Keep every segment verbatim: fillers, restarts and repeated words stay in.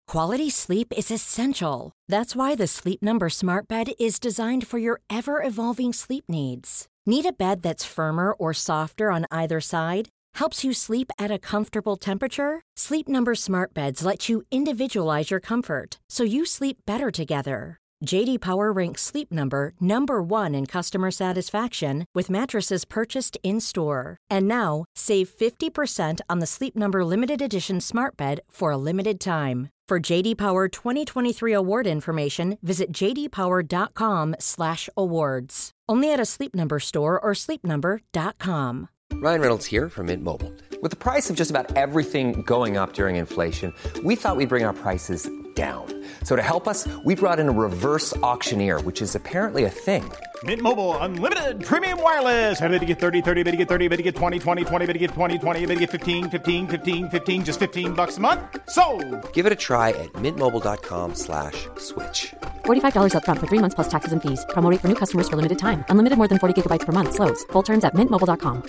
Quality sleep is essential. That's why the Sleep Number Smart Bed is designed for your ever-evolving sleep needs. Need a bed that's firmer or softer on either side? Helps you sleep at a comfortable temperature? Sleep Number Smart Beds let you individualize your comfort, so you sleep better together. J D Power ranks Sleep Number number one in customer satisfaction with mattresses purchased in-store. And now, save fifty percent on the Sleep Number Limited Edition Smart Bed for a limited time. For J D Power twenty twenty-three award information, visit j d power dot com slash awards. Only at a Sleep Number store or sleep number dot com. Ryan Reynolds here from Mint Mobile. With the price of just about everything going up during inflation, we thought we'd bring our prices down. So to help us, we brought in a reverse auctioneer, which is apparently a thing. Mint Mobile Unlimited Premium Wireless. How to get thirty, thirty, how to get thirty, how to get twenty, twenty, twenty, how to get twenty, twenty, how to get fifteen, fifteen, fifteen, fifteen, just fifteen bucks a month? Sold! Give it a try at mintmobile.com slash switch. forty-five dollars up front for three months plus taxes and fees. Promo rate for new customers for limited time. Unlimited more than forty gigabytes per month. Slows full terms at mint mobile dot com.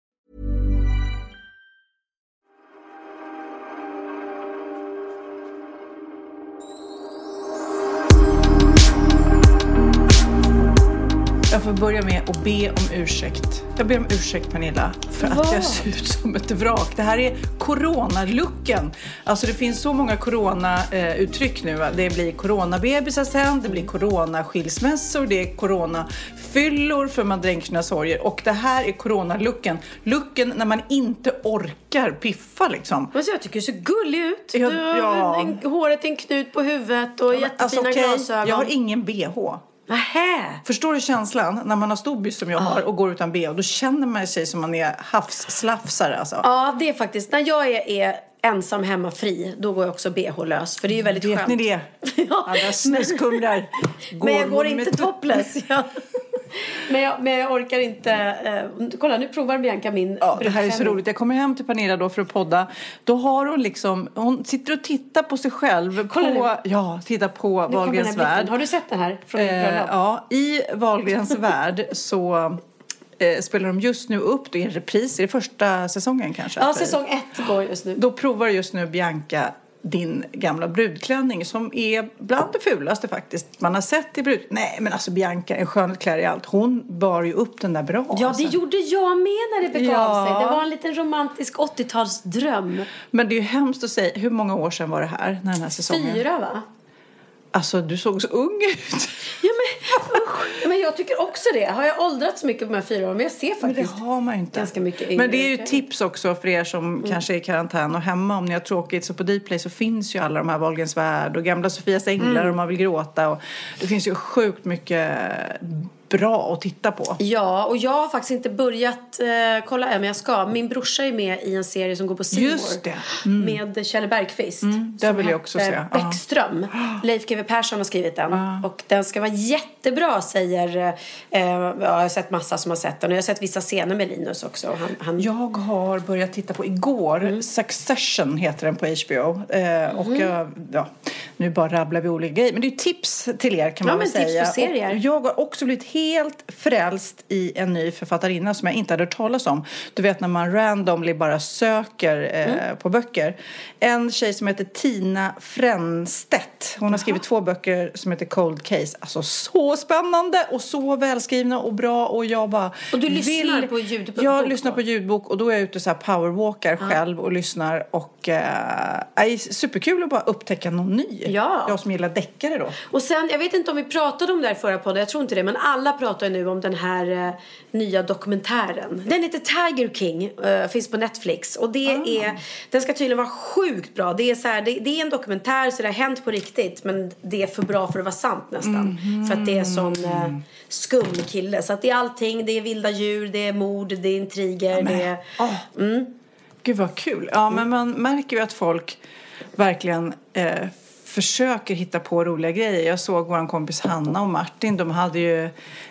Jag får börja med att be om ursäkt. Jag ber om ursäkt, Pernilla, för att Vad? jag ser ut som ett vrak. Det här är coronalucken. Alltså det finns så många corona-uttryck nu. Det blir coronabebisar sen, det blir coronaskilsmässor, det är coronafyllor för man dränker sina sorger. Och det här är coronalucken. Lucken när man inte orkar piffa liksom. Alltså, jag tycker du ser gullig ut. Ja, Du har ja. en, en, håret i en knut på huvudet och jättefina Alltså, okej, glasögon. jag har ingen B H. Nähä. Förstår du känslan när man har stor byst som jag har och går utan B H? Då känner man sig som man är havsslafsare alltså. Ja, det är faktiskt. När jag är, är ensam hemma fri, då går jag också B H-lös. För det är ju väldigt Vet skönt. ni det? Ja, Alla snuskumrar går men jag går med inte med- topless. Ja. Men, jag, men jag orkar inte. Eh, kolla, nu provar Bianca min. Ja, det här är så brudklänning. roligt. Jag kommer hem till Pernilla då för att podda. Då har hon liksom, hon sitter och tittar på sig själv. Kolla på, ja, tittar på Nu kommer den Wahlgrens här blicken. värld. Har du sett den här från min Eh, bröllop? ja, i Wahlgrens värld så eh, spelar de just nu upp, det är en repris, är det första säsongen kanske? Ja, säsong ett går just nu. Då provar just nu Bianca din gamla brudklänning som är bland det fulaste faktiskt man har sett i brud. Nej, men alltså Bianca, en skönhetsklär i allt. Hon bar ju upp den där bra. Ja, det alltså. gjorde jag med när det begav Ja. sig. Det var en liten romantisk åttiotalsdröm. Men det är ju hemskt att säga, hur många år sedan var det här, när den här säsongen? Fyra, va? Alltså, du såg så ung ut. Ja, men, usch. Men jag tycker också det. Har jag åldrats så mycket på de här fyra åren? Men jag ser Men det faktiskt har man ju inte. ganska mycket yngre. Men det är ju tips också för er som mm. kanske är i karantän och hemma. Om ni har tråkigt, så på Dplay så finns ju alla de här Wahlgrens värld och gamla Sofias änglar mm. och man vill gråta. Och det finns ju sjukt mycket bra att titta på. Ja, och jag har faktiskt inte börjat eh, kolla än, men jag ska. Min brorsa är med i en serie som går på C More. Just det. Mm. Med Kjell Bergqvist. Mm, det vill jag också se. Äh, Bäckström. Leif G W Persson har skrivit den. Ah. Och den ska vara jättebra, säger... Eh, ja, jag har sett massa som har sett den. Och jag har sett vissa scener med Linus också. Han, han... Jag har börjat titta på igår. Mm. Succession heter den på H B O. Eh, och mm. jag, ja, nu bara rabblar vi olika grejer. Men det är tips till er, kan man ja, väl men säga. Tips på serier. Och jag har också blivit helt frälst i en ny författarinna som jag inte hade hört talas om. Du vet när man randomly bara söker eh, mm. på böcker. En tjej som heter Tina Fränstedt. Hon har skrivit Aha. två böcker som heter Cold Case. Alltså så spännande och så välskrivna och bra. Och jag bara Och du lyssnar vill... på ljudbok? Jag lyssnar på ljudbok och då är jag ute så här powerwalkar ah. själv och lyssnar. Och äh, är superkul att bara upptäcka någon ny. Ja. Jag som gillar deckare då. Och sen, jag vet inte om vi pratade om det här förra podden, jag tror inte det, men alla pratar nu om den här eh, nya dokumentären. Den heter Tiger King, eh, finns på Netflix. Och det ah. är, den ska tydligen vara sjukt bra. Det är, så här, det, det är en dokumentär så det har hänt på riktigt, men det är för bra för att vara sant nästan. Mm. För att det är sån eh, skum kille. Så att det är allting, det är vilda djur, det är mord, det är intriger, ja, det är... Oh. Mm. Gud vad kul. Ja, men man märker ju att folk verkligen... Eh, försöker hitta på roliga grejer. Jag såg vår kompis Hanna och Martin. De hade ju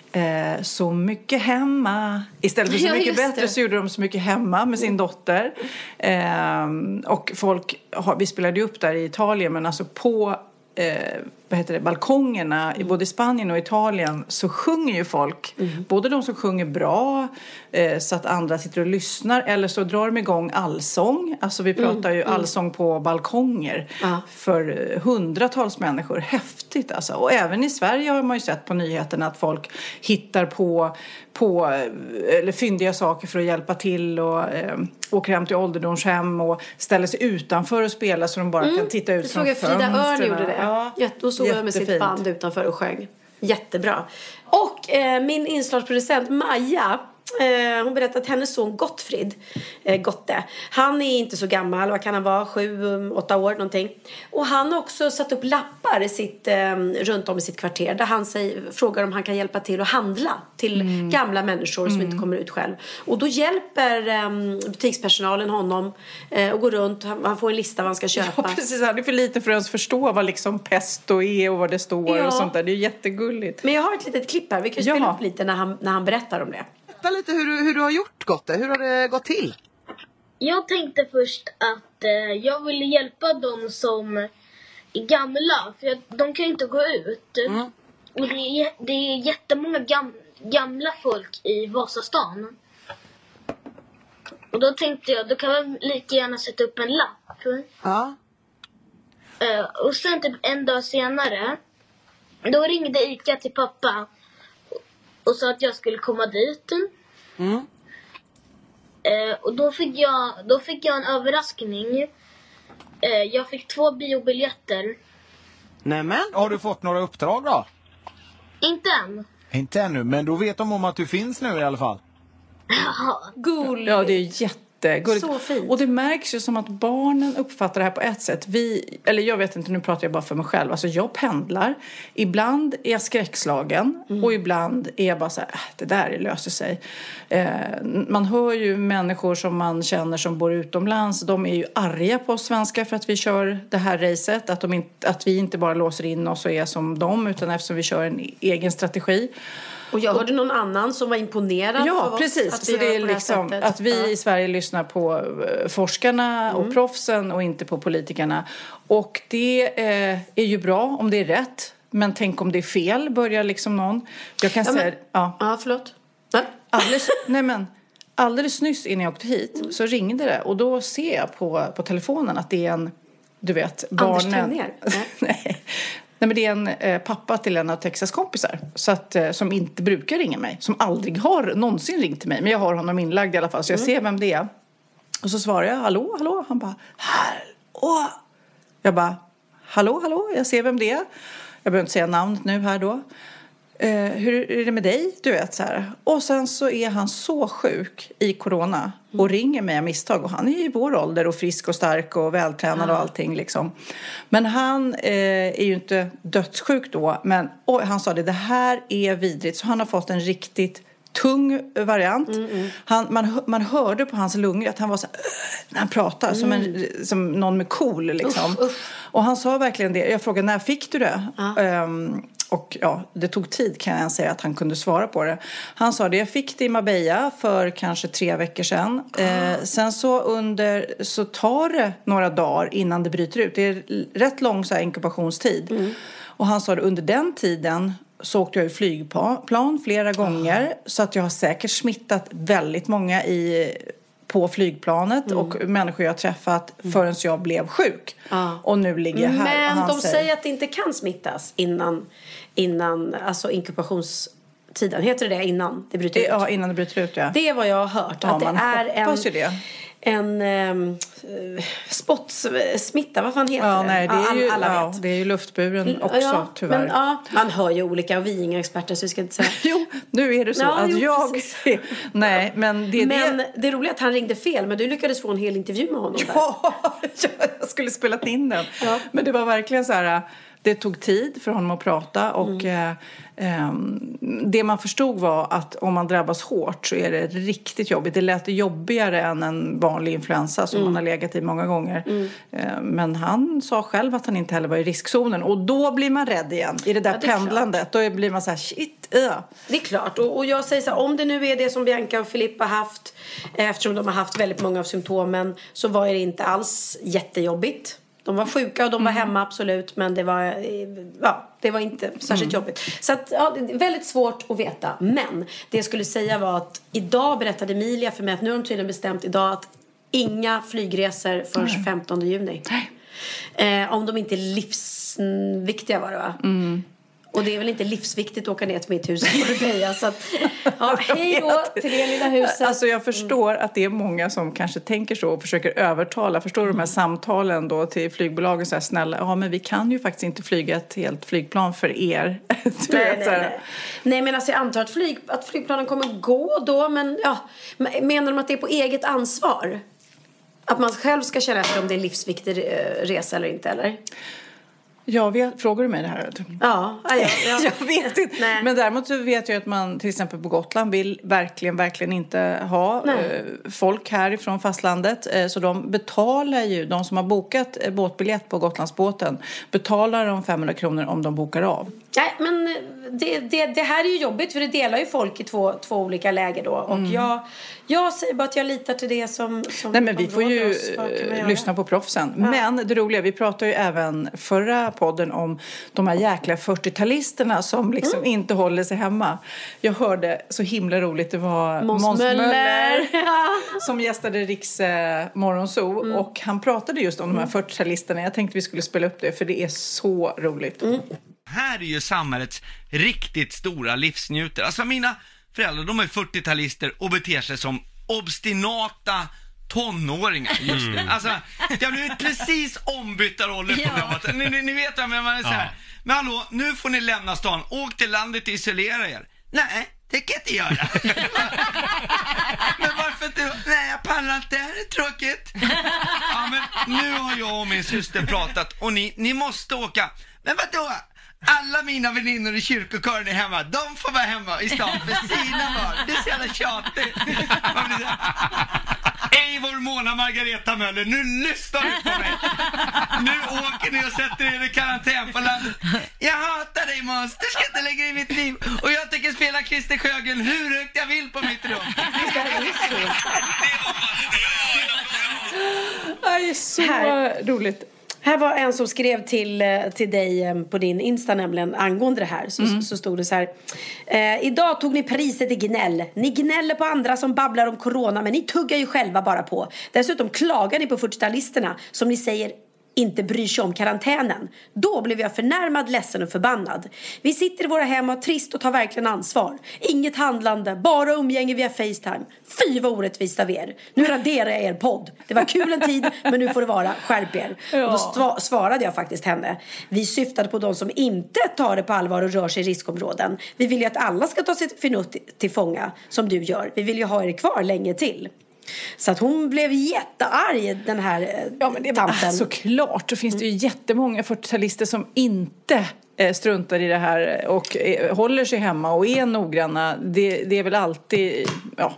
eh, Så mycket hemma. Istället för Så ja, mycket bättre det. så gjorde de Så mycket hemma med sin dotter. Eh, och folk, vi spelade ju upp där i Italien. Men alltså på... Eh, vad heter det, balkongerna i både Spanien och Italien så sjunger ju folk. Mm. Både de som sjunger bra eh, så att andra sitter och lyssnar. Eller så drar de igång allsång. Alltså vi pratar mm. ju allsång på balkonger. Mm. För hundratals människor. Häftigt alltså. Och även i Sverige har man ju sett på nyheterna att folk hittar på, på eller fyndiga saker för att hjälpa till. Och eh, åker hem till ålderdomshem och ställer sig utanför och spelar så de bara mm. kan titta ut från fönstren. Frida Örn gjorde det. Ja. Då stod jag med sitt band utanför och sjöng. Jättebra. Och eh, min inslagsproducent Maja, eh, hon berättade att hennes son Gottfrid, eh, Gotte, han är inte så gammal, vad kan han vara, sju, åtta år någonting. Och han har också satt upp lappar i sitt, eh, runt om i sitt kvarter där han säger, frågar om han kan hjälpa till att handla till mm. gamla människor som mm. inte kommer ut själv. Och då hjälper eh, butikspersonalen honom eh, och går runt, han, han får en lista vad han ska köpa. Ja, precis, han är för lite för att ens förstå vad liksom pesto är och vad det står ja. och sånt där. Det är jättegulligt. Men jag har ett litet klipp här, vi kan spela ja. upp lite när han, när han berättar om det. Berätta lite hur du, hur du har gjort, Gotte. Hur har det gått till? Jag tänkte först att eh, jag ville hjälpa dem som är gamla. För jag, de kan ju inte gå ut. Mm. Och det är, det är jättemånga gam, gamla folk i Vasastan. Och då tänkte jag, då kan man lika gärna sätta upp en lapp. Ja. Eh, och sen typ en dag senare, då ringde Ica till pappa och sa att jag skulle komma dit. Mm. Eh, och då fick, jag, då fick jag en överraskning. Eh, jag fick två biobiljetter. Nämen, har du fått några uppdrag då? Inte än. Inte ännu, men då vet de om att du finns nu i alla fall. Ja. Gulligt. Ja, det är jätte så fint. Och det märks ju som att barnen uppfattar det här på ett sätt. Vi, eller jag vet inte, nu pratar jag bara för mig själv. Alltså jag pendlar. Ibland är jag skräckslagen. Mm. Och ibland är jag bara så här, äh, det där löser sig. Eh, man hör ju människor som man känner som bor utomlands. De är ju arga på oss svenskar för att vi kör det här racet. Att, de inte, att vi inte bara låser in oss och är som dem. Utan eftersom vi kör en egen strategi. Och jag hörde någon annan som var imponerad ja, av oss. Precis. Att så det är det liksom att vi ja. i Sverige lyssnar på forskarna mm. och proffsen och inte på politikerna. Och det eh, är ju bra om det är rätt. Men tänk om det är fel, börjar liksom någon. Jag kan ja, säga... Men, ja, ja förlåt. Nej. Alldeles, nej men, alldeles nyss innan jag åkte hit mm. så ringde det. Och då ser jag på, på telefonen att det är en, du vet, barnen... Anders Tegnér? Nej. Nej, men det är en eh, pappa till en av Texas kompisar så att, eh, som inte brukar ringa mig. Som aldrig har någonsin ringt till mig. Men jag har honom inlagd i alla fall så jag mm. ser vem det är. Och så svarar jag, hallå, hallå. Han bara, hallå. Jag bara, hallå, hallå. Jag ser vem det är. Jag behöver inte säga namnet nu här då. Eh, hur är det med dig? Du vet så här. Och sen så är han så sjuk i corona. Och ringer mig av misstag. Och han är i vår ålder och frisk och stark och vältränad och allting liksom. Men han eh, är ju inte dödssjuk då. Men oj, han sa det, det här är vidrigt. Så han har fått en riktigt tung variant. Mm, mm. Han, man, man hörde på hans lungor att han var så här, när han pratade. Mm. Som, en, som någon med cool liksom. Uff, uff. Och han sa verkligen det. Jag frågade, när fick du det? Ja. Um, Och ja, det tog tid kan jag säga att han kunde svara på det. Han sa det, jag fick det i Marbella för kanske tre veckor sedan. Eh, sen så under, så tar det några dagar innan det bryter ut. Det är rätt lång så här inkubationstid. Mm. Och han sa det, under den tiden så åkte jag i flygplan flera gånger. Ah. Så att jag har säkert smittat väldigt många i... på flygplanet mm. och människor jag har träffat förrän jag blev sjuk. Ah. Och nu ligger jag här. Men de säger... säger att det inte kan smittas innan, innan alltså inkubationstiden. Heter det det innan det bryter ut? Ja, innan det bryter ut, ja. Det är vad jag har hört. Ja, att det är en, det. en um, spottsmitta, vad fan heter ja, det? Nej, det är ju, alla ja, vet. det är ju luftburen också, ja, tyvärr. Men, ja, man hör ju olika och vi är inga experter så vi ska inte säga. Jo, nu är det så ja, att jo, jag... Nej, men det är men det... det är roligt att han ringde fel, men du lyckades få en hel intervju med honom där. Ja, jag skulle spela in den. Ja. Men det var verkligen så här... Det tog tid för honom att prata och mm. eh, eh, det man förstod var att om man drabbas hårt så är det riktigt jobbigt. Det lät jobbigare än en vanlig influensa som mm. man har legat i många gånger. Mm. Eh, men han sa själv att han inte heller var i riskzonen och då blir man rädd igen i det där ja, det pendlandet. Då blir man så här, shit, uh. Det är klart och, och jag säger så här, om det nu är det som Bianca och Filippa har haft, eftersom de har haft väldigt många av symptomen så var det inte alls jättejobbigt. De var sjuka och de var hemma, absolut. Men det var, ja, det var inte särskilt mm. jobbigt. Så att, ja, det är väldigt svårt att veta. Men det jag skulle säga var att idag berättade Emilia för mig att nu har de tydligen bestämt idag att inga flygresor förrän mm. femtonde juni. Eh, om de inte är livsviktiga var det, va? Mm. Och det är väl inte livsviktigt att åka ner till mitt hus i Marbella. Så att, ja, hej då till det lilla huset. Alltså jag förstår att det är många som kanske tänker så och försöker övertala. Förstår du de här samtalen då till flygbolagen så här, snälla, ja men vi kan ju faktiskt inte flyga ett helt flygplan för er. nej, nej, nej. nej men alltså jag antar att, flyg, att flygplanen kommer gå då. Men ja, menar de att det är på eget ansvar? Att man själv ska känna efter om det är en livsviktig resa eller inte, eller? Jag vet, frågar du mig det här? Ja, ja, ja. Jag vet inte. Nej. Men däremot så vet jag att man till exempel på Gotland vill verkligen, verkligen inte ha eh, folk härifrån fastlandet. Eh, så de betalar ju, de som har bokat eh, båtbiljett på Gotlandsbåten betalar de femhundra kronor om de bokar av. Nej, men det, det, det här är ju jobbigt för det delar ju folk i två, två olika läger då. Och mm. jag, jag säger bara att jag litar till det som... som Nej, men vi får ju uh, lyssna på proffsen. Ja. Men det roliga, vi pratade ju även förra podden om de här jäkla fyrtiotalisterna som liksom mm. inte håller sig hemma. Jag hörde så himla roligt, det var Måns, Måns Möller, Möller som gästade Riks eh, Morgonzoo. Mm. Och han pratade just om mm. de här fyrtiotalisterna. Jag tänkte vi skulle spela upp det för det är så roligt. Mm. Här är ju samhällets riktigt stora livsnjuter. Alltså mina föräldrar, de är fyrtiotalister och beter sig som obstinata tonåringar just nu. Mm. Alltså, det har blivit precis ombytta roller på ja. dem. Ni, ni, ni vet vad man är så här. Ja. Men hallå, nu får ni lämna stan. Åk till landet och isolera er. Nej, det kan jag inte göra. Men varför inte? Nej, jag pallar inte. Det här är tråkigt. Ja, men nu har jag och min syster pratat och ni, ni måste åka. Men vadå? Alla mina väninnor i kyrkokören är hemma. De får vara hemma i stan för sina barn. Det är så jävla tjatigt. Eivor Mona Margareta Möller, nu lyssnar du på mig. Nu åker ni och sätter er i karantän på landet. Jag hatar dig, Måns. Du ska inte lägga i mitt liv. Och jag tänker spela Christer Sjögren hur högt jag vill på mitt rum. Det är så här. Roligt. Här var en som skrev till, till dig på din Insta nämligen angående det här. Så, mm. så stod det så här. Eh, idag tog ni priset i gnäll. Ni gnäller på andra som babblar om corona, men ni tuggar ju själva bara på. Dessutom klagar ni på fyrtiotalisterna som ni säger inte bryr sig om karantänen. Då blev jag förnärmad, ledsen och förbannad. Vi sitter i våra hem och trist och tar verkligen ansvar. Inget handlande, bara umgänge via FaceTime. Fy vad orättvist av er. Nu raderar jag er podd. Det var kul en tid, men nu får det vara. Skärp er. Ja. Och då st- svarade jag faktiskt henne. Vi syftade på de som inte tar det på allvar och rör sig i riskområden. Vi vill ju att alla ska ta sitt förnuft till fånga, som du gör. Vi vill ju ha er kvar länge till. Så att hon blev jättearg, den här ja, men det tanten. Var, såklart, så finns det ju jättemånga fyrtiotalister som inte eh, struntar i det här och eh, håller sig hemma och är noggranna. Det, det är väl alltid, ja,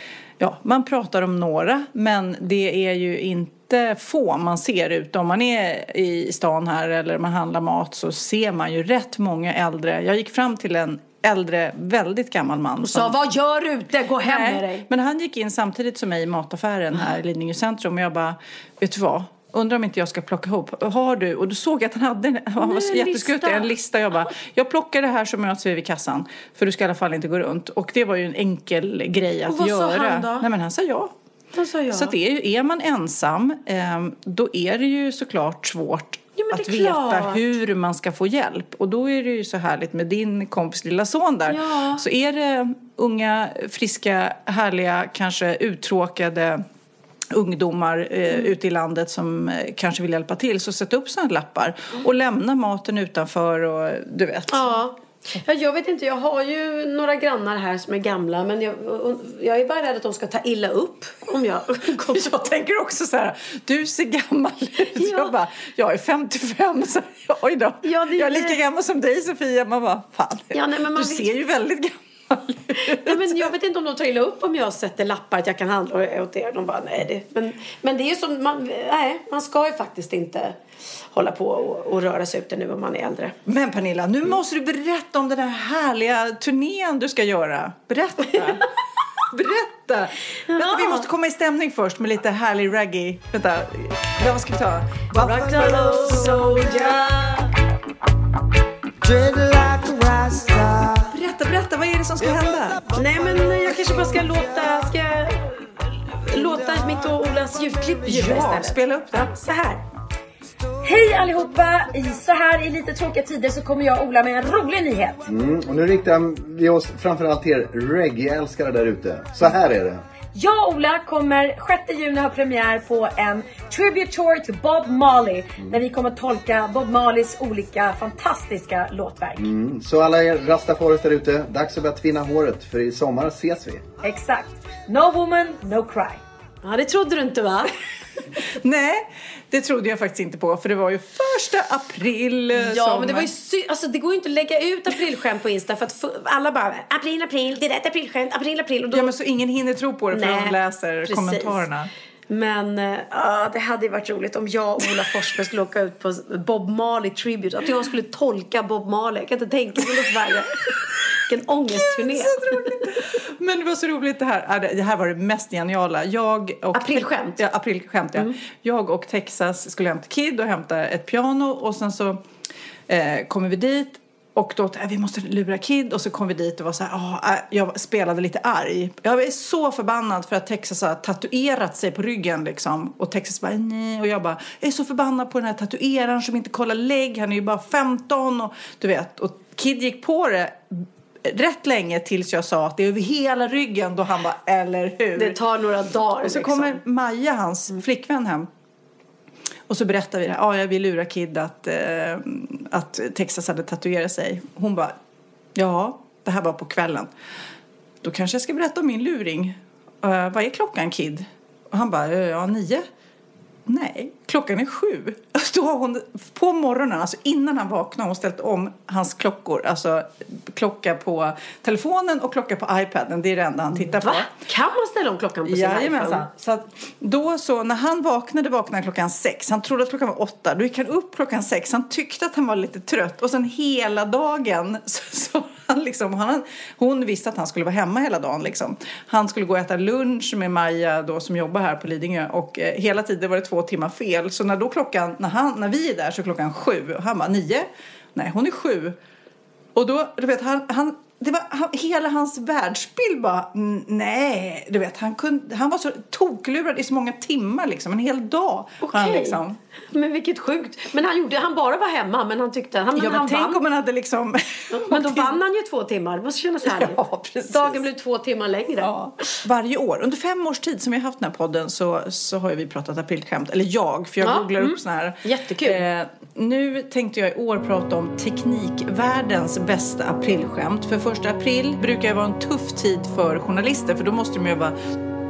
ja, man pratar om några, men det är ju inte få man ser ut. Om man är i stan här eller man handlar mat så ser man ju rätt många äldre. Jag gick fram till en äldre, väldigt gammal man. Och sa, som... vad gör du ute? Gå hem Nej, med dig. Men han gick in samtidigt som mig i mataffären här i Lidingö centrum. Och jag bara, vet du vad? Undrar om inte jag ska plocka ihop. Har du? Och du såg att han hade en, han var så jätteskuttig, en lista. Jag bara, jag plockar det här så möts vi vid kassan. För du ska i alla fall inte gå runt. Och det var ju en enkel grej att och vad göra. Sa han då? Nej, men han sa ja. Sa ja. Så det är, ju, är man ensam, eh, då är det ju såklart svårt ja, att veta klart. hur man ska få hjälp. Och då är det ju så härligt med din kompis lilla son där. Ja. Så är det unga, friska, härliga, kanske uttråkade ungdomar eh, mm. ute i landet som eh, kanske vill hjälpa till. Så sätt upp sådana lappar och lämna maten utanför och du vet. Ja. Ja, jag vet inte, jag har ju några grannar här som är gamla. Men jag, jag är bara rädd att de ska ta illa upp om jag kommer. Jag tänker också så här, du ser gammal ut. Ja. Jag bara, jag är femtiofem så oj då. Ja, det, jag är lika gammal som dig, Sofia. Man bara, fan, ja, nej, men man du vet... ser ju väldigt gammal ut. Nej, men jag vet inte om de tar illa upp om jag sätter lappar att jag kan handla åt er. De bara, nej det, men, men det är ju som, man, nej, man ska ju faktiskt inte hålla på och, och röra sig ute nu om man är äldre. Men Pernilla, nu måste du berätta om den här härliga turnén du ska göra. Berätta. Berätta. Ja. Vänta, vi måste komma i stämning först med lite härlig reggae. Vänta, ja, vad ska vi ta? Buffalo Soldier. Berätta, berätta, vad är det som ska hända? Nej, men jag kanske bara ska låta, ska jag låta mitt och Olas ljudklipp ljuda Ja, istället. spela upp det. Ja, så här. Hej allihopa! I så här i lite tråkiga tider så kommer jag Ola med en rolig nyhet. Mm, och nu riktar vi oss framförallt till er reggae-älskare där ute. Så här är det. Jag och Ola kommer sjätte juni ha premiär på en tribute tour till Bob Marley. Mm. Där vi kommer tolka Bob Marleys olika fantastiska låtverk. Mm, så alla er rastafaris där ute, dags att börja tvinna håret. För i sommar ses vi. Exakt. No woman, no cry. Ja, det trodde du inte, va? Nej, det trodde jag faktiskt inte på. För det var ju första april. Ja, som... men det var ju sy- alltså, det går ju inte att lägga ut aprilskämt på Insta. För att f- alla bara, april, april, det är ett aprilskämt, april, april. Och då... Ja, men så ingen hinner tro på det för Nej, de läser precis. kommentarerna. Men uh, det hade ju varit roligt om jag och Ola Forsberg skulle åka ut på Bob Marley tribute. Att jag skulle tolka Bob Marley. Jag kan inte tänka mig något värre. Vilken ångestturné. Men det var så roligt det här. Det här var det mest geniala. Jag och aprilskämt. Ja, aprilskämt, ja. Mm. Jag och Texas skulle hämta Kid och hämta ett piano. Och sen så eh, kommer vi dit. Och då, äh, vi måste lura Kid. Och så kom vi dit och var så här, ah, äh, jag spelade lite arg. Jag är så förbannad för att Texas har tatuerat sig på ryggen liksom. Och Texas bara, nej. Och jag bara, jag är så förbannad på den här tatueraren som inte kollar lägg. Han är ju bara femton och du vet. Och Kid gick på det rätt länge tills jag sa att det är över hela ryggen. Då han bara, eller hur? Det tar några dagar. Och så liksom. kommer Maja, hans mm. flickvän, hem. Och så berättar vi det. Ja, jag vill lura Kid att, eh, att Texas hade tatuerat sig. Hon bara, ja, det här var på kvällen. Då kanske jag ska berätta om min luring. Uh, vad är klockan, Kid? Och han bara, ja, nio. Nej, klockan är sju. Då har hon på morgonen, alltså innan han vaknar, hon ställt om hans klockor. Alltså klocka på telefonen och klocka på iPaden. Det är det enda han tittar på. Va? Kan man ställa om klockan på sin Jajamensan. iPhone? Så att då så, när han vaknade, vaknade klockan sex. Han trodde att klockan var åtta. Då gick han upp klockan sex. Han tyckte att han var lite trött. Och sen hela dagen så, så han liksom, han, hon visste att han skulle vara hemma hela dagen liksom. Han skulle gå och äta lunch med Maja då, som jobbar här på Lidingö. Och eh, hela tiden var det två timmar fel. Så när då klockan, när, han, när vi är där så är klockan sju. Och han bara, nio? Nej, hon är sju. Och då, du vet, han, han det var han, hela hans världsbild bara, nej, du vet, han, kunde, han var så toklurad i så många timmar liksom, en hel dag. Okej, han liksom. Men vilket sjukt. Men han gjorde, han bara var hemma, men han tyckte, han, ja, men han tänk vann. om man hade liksom. Men då vann han ju två timmar, det måste kännas härligt. Ja, precis. Dagen blev två timmar längre. Ja. Varje år, under fem års tid som vi har haft den här podden så, så har vi pratat aprilskämt, eller jag, för jag ja, googlar mm. upp såna här. Jättekul. Eh, nu tänkte jag i år prata om teknikvärldens bästa aprilskämt. För första april brukar vara en tuff tid för journalister, för då måste de ju vara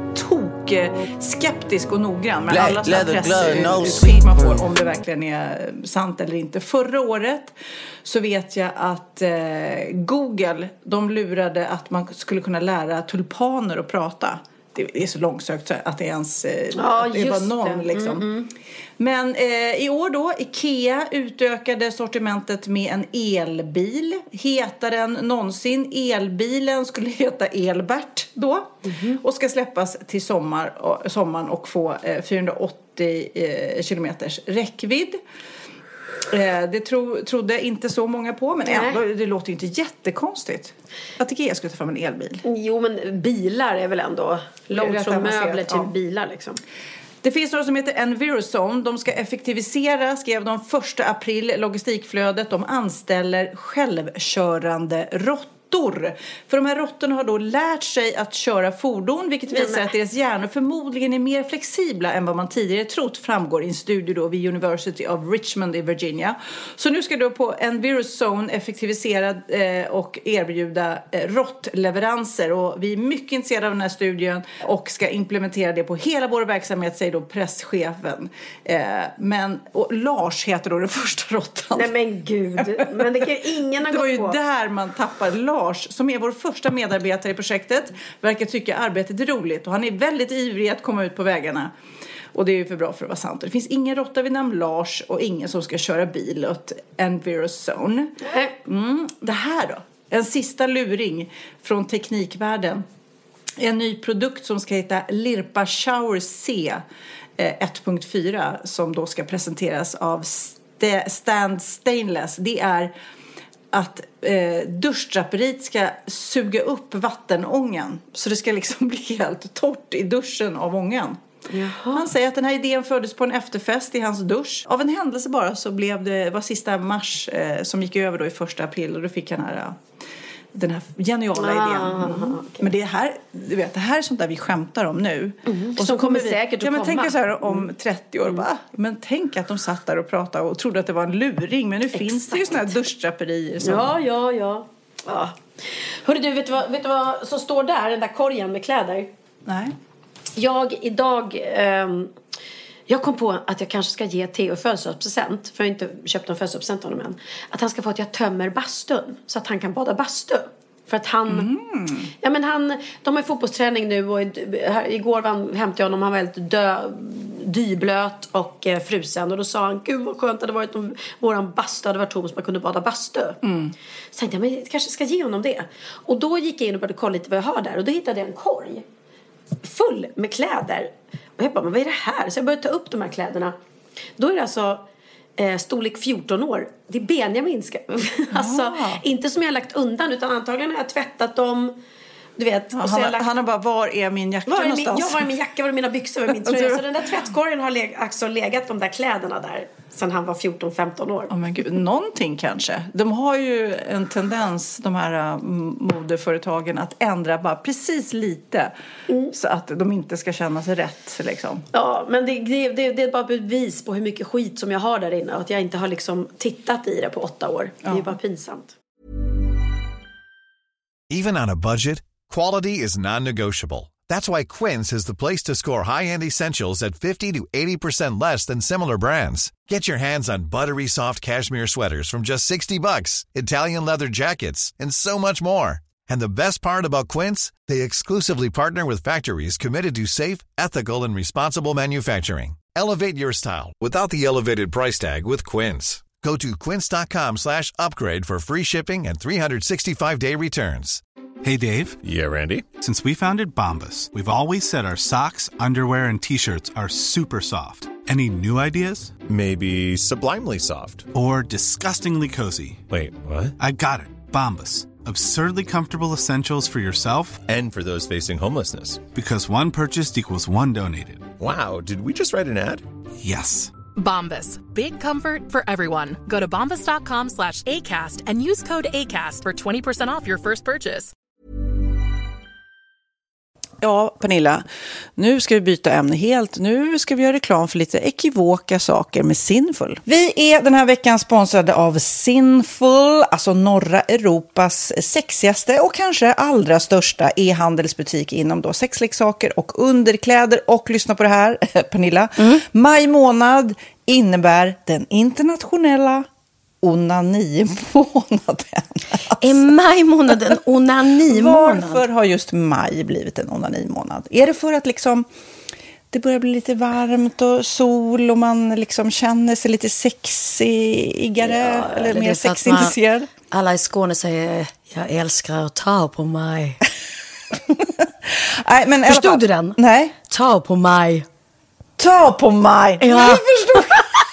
tok skeptisk och noggrann med alla pressutskick man får, om det verkligen är sant eller inte. Förra året så vet jag att eh, Google, de lurade att man skulle kunna lära tulpaner att prata. Det är så långsökt så att det ens eh, ja, att det var någon det. liksom. Mm, mm. Men eh, i år då, IKEA utökade sortimentet med en elbil. Hetare än någonsin. Elbilen skulle heta Elbert då. Mm-hmm. Och ska släppas till sommar, och, sommaren och få eh, fyrahundraåttio eh, kilometers räckvidd. Eh, det tro, trodde inte så många på, men ändå, det låter ju inte jättekonstigt att IKEA skulle ta fram en elbil. Jo, men bilar är väl ändå långt från möbler till ja. bilar liksom. Det finns något som heter Envirozone. De ska effektivisera, skrev de första april, logistikflödet. De anställer självkörande råttor. För de här råttorna har då lärt sig att köra fordon, vilket visar Nej, att deras hjärnor förmodligen är mer flexibla än vad man tidigare trott, framgår i en studie då vid University of Richmond i Virginia. Så nu ska då på Envirozone effektivisera eh, och erbjuda eh, råttleveranser, och vi är mycket intresserade av den här studien och ska implementera det på hela vår verksamhet, säger då presschefen. Eh, men, och Lars heter då den första råttan. Nej men gud, men det kan ingen ha Det var gått ju på. där man tappar Lars, som är vår första medarbetare i projektet, verkar tycka arbetet är roligt och han är väldigt ivrig att komma ut på vägarna. Och det är ju för bra för att vara sant. Det finns ingen råtta vid namn Lars och ingen som ska köra bil åt Envirozone. Mm, det här då, en sista luring från teknikvärlden. en ny produkt som ska heta Lirpa Shower C ett punkt fyra som då ska presenteras av St- Stand Stainless. Det är att eh, duschdraperiet ska suga upp vattenångan. Så det ska liksom bli helt torrt i duschen av ångan. Jaha. Han säger att den här idén föddes på en efterfest i hans dusch. Av en händelse bara så blev det, var sista mars eh, som gick över då i första april. Och då fick han här, den här geniala ah, idén. Mm. Okay. Men det här, du vet, det här är sånt där vi skämtar om nu. Mm. Och så, så kommer vi, säkert att ja, men komma. Tänk så här om trettio år. Mm. Bara, men tänk att de satt där och pratade och trodde att det var en luring. Men nu Exakt. Finns det ju såna här duschdraperier. Som... Ja, ja, ja. ja. Hörru du, vet du, vad, vet du vad som står där? Den där korgen med kläder. Nej. Jag idag... Um, jag kom på att jag kanske ska ge Theo födelsedagspresent. För jag har inte köpt någon födelsedagspresent av honom än. Att han ska få att jag tömmer bastun. Så att han kan bada bastu. För att han... Mm. Ja men han... De har ju fotbollsträning nu. Och här, igår var han, hämtade jag honom. Han var väldigt dö, dyblöt och eh, frusen. Och då sa han... Gud vad skönt det hade varit om våran bastu hade varit tom. Så man kunde bada bastu. Mm. Så tänkte jag, men jag kanske ska ge honom det. Och då gick jag in och började kolla lite vad jag har där. Och då hittade jag en korg. Full med kläder. Och jag bara, men vad är det här? Så jag började ta upp de här kläderna. Då är det alltså eh, storlek fjorton år. Det är Benjamin. Alltså, ah. inte som jag har lagt undan. Utan antagligen har jag tvättat dem. Du vet. Ja, och så han, jag lagt... han har bara, var är min jacka var är någonstans? Min, ja, var är min jacka? Var är mina byxor? Var är min tröja? Så den där tvättkorgen har leg, alltså legat de där kläderna där. Sen han var fjorton femton år. Oh men gud, någonting kanske. De har ju en tendens, de här uh, modeföretagen, att ändra bara precis lite. Mm. Så att de inte ska känna sig rätt liksom. Ja, men det, det, det, det är bara bevis på hur mycket skit som jag har där inne. Och att jag inte har liksom tittat i det på åtta år. Ja. Det är bara pinsamt. Even on a budget, quality is non-negotiable. That's why Quince is the place to score high-end essentials at fifty to eighty percent less than similar brands. Get your hands on buttery soft cashmere sweaters from just sixty bucks, Italian leather jackets, and so much more. And the best part about Quince, they exclusively partner with factories committed to safe, ethical, and responsible manufacturing. Elevate your style without the elevated price tag with Quince. Go to quince.com slash upgrade for free shipping and three sixty-five day returns. Hey, Dave. Yeah, Randy. Since we founded Bombas, we've always said our socks, underwear, and T-shirts are super soft. Any new ideas? Maybe sublimely soft. Or disgustingly cozy. Wait, what? I got it. Bombas. Absurdly comfortable essentials for yourself. And for those facing homelessness. Because one purchased equals one donated. Wow, did we just write an ad? Yes. Bombas. Big comfort for everyone. Go to bombas.com slash ACAST and use code ACAST for twenty percent off your first purchase. Ja, Pernilla, nu ska vi byta ämne helt. Nu ska vi göra reklam för lite ekivoka saker med Sinful. Vi är den här veckan sponsrade av Sinful, alltså norra Europas sexigaste och kanske allra största e-handelsbutik inom då sexleksaker och underkläder. Och lyssna på det här, Pernilla. Mm. Maj månad innebär den internationella onani-månaden. Alltså. Är maj månaden onani-månad? Varför har just maj blivit en onani-månad? Är det för att liksom det börjar bli lite varmt och sol och man liksom känner sig lite sexigare ja, eller, eller mer sexintresserad? Alla i Skåne säger jag älskar att ta på mig. Nej, men förstod fall, du den? Nej. Ta på mig. Ta på mig. Ja. Jag förstår.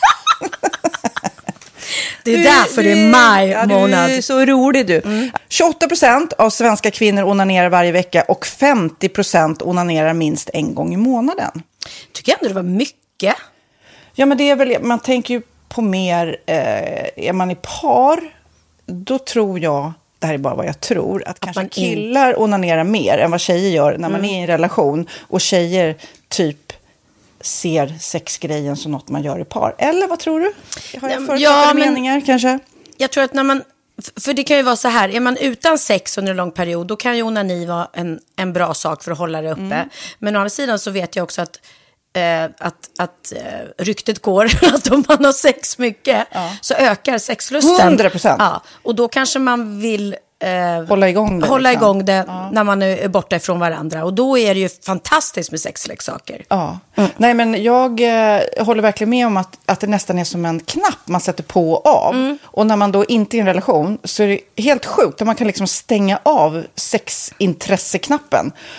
Det är du, därför du, det är maj ja, månad. Du är så rolig du. Mm. tjugoåtta procent av svenska kvinnor onanerar varje vecka och femtio procent onanerar minst en gång i månaden. Tycker jag ändå det var mycket. Ja, men det är väl, man tänker ju på mer, eh, är man i par, då tror jag, det här är bara vad jag tror, att, att kanske killar in... onanerar mer än vad tjejer gör när mm. man är i en relation. Och tjejer typ ser sexgrejen som något man gör i par. Eller vad tror du? Har jag förutsatta ja, meningar kanske? Jag tror att när man, för det kan ju vara så här, är man utan sex under en lång period, då kan ju onani vara en, en bra sak för att hålla det uppe. Mm. Men å andra sidan så vet jag också att eh, att, att eh, ryktet går att om man har sex mycket ja. så ökar sexlusten. hundra procent. Ja, och då kanske man vill Eh, hålla igång det, hålla liksom. igång det ja. när man är borta ifrån varandra. Och då är det ju fantastiskt med sexleksaker. Ja. Mm. Nej, men jag eh, håller verkligen med om att, att det nästan är som en knapp man sätter på och av. Mm. Och när man då inte är i en relation så är det helt sjukt att man kan liksom stänga av sexintresseknappen.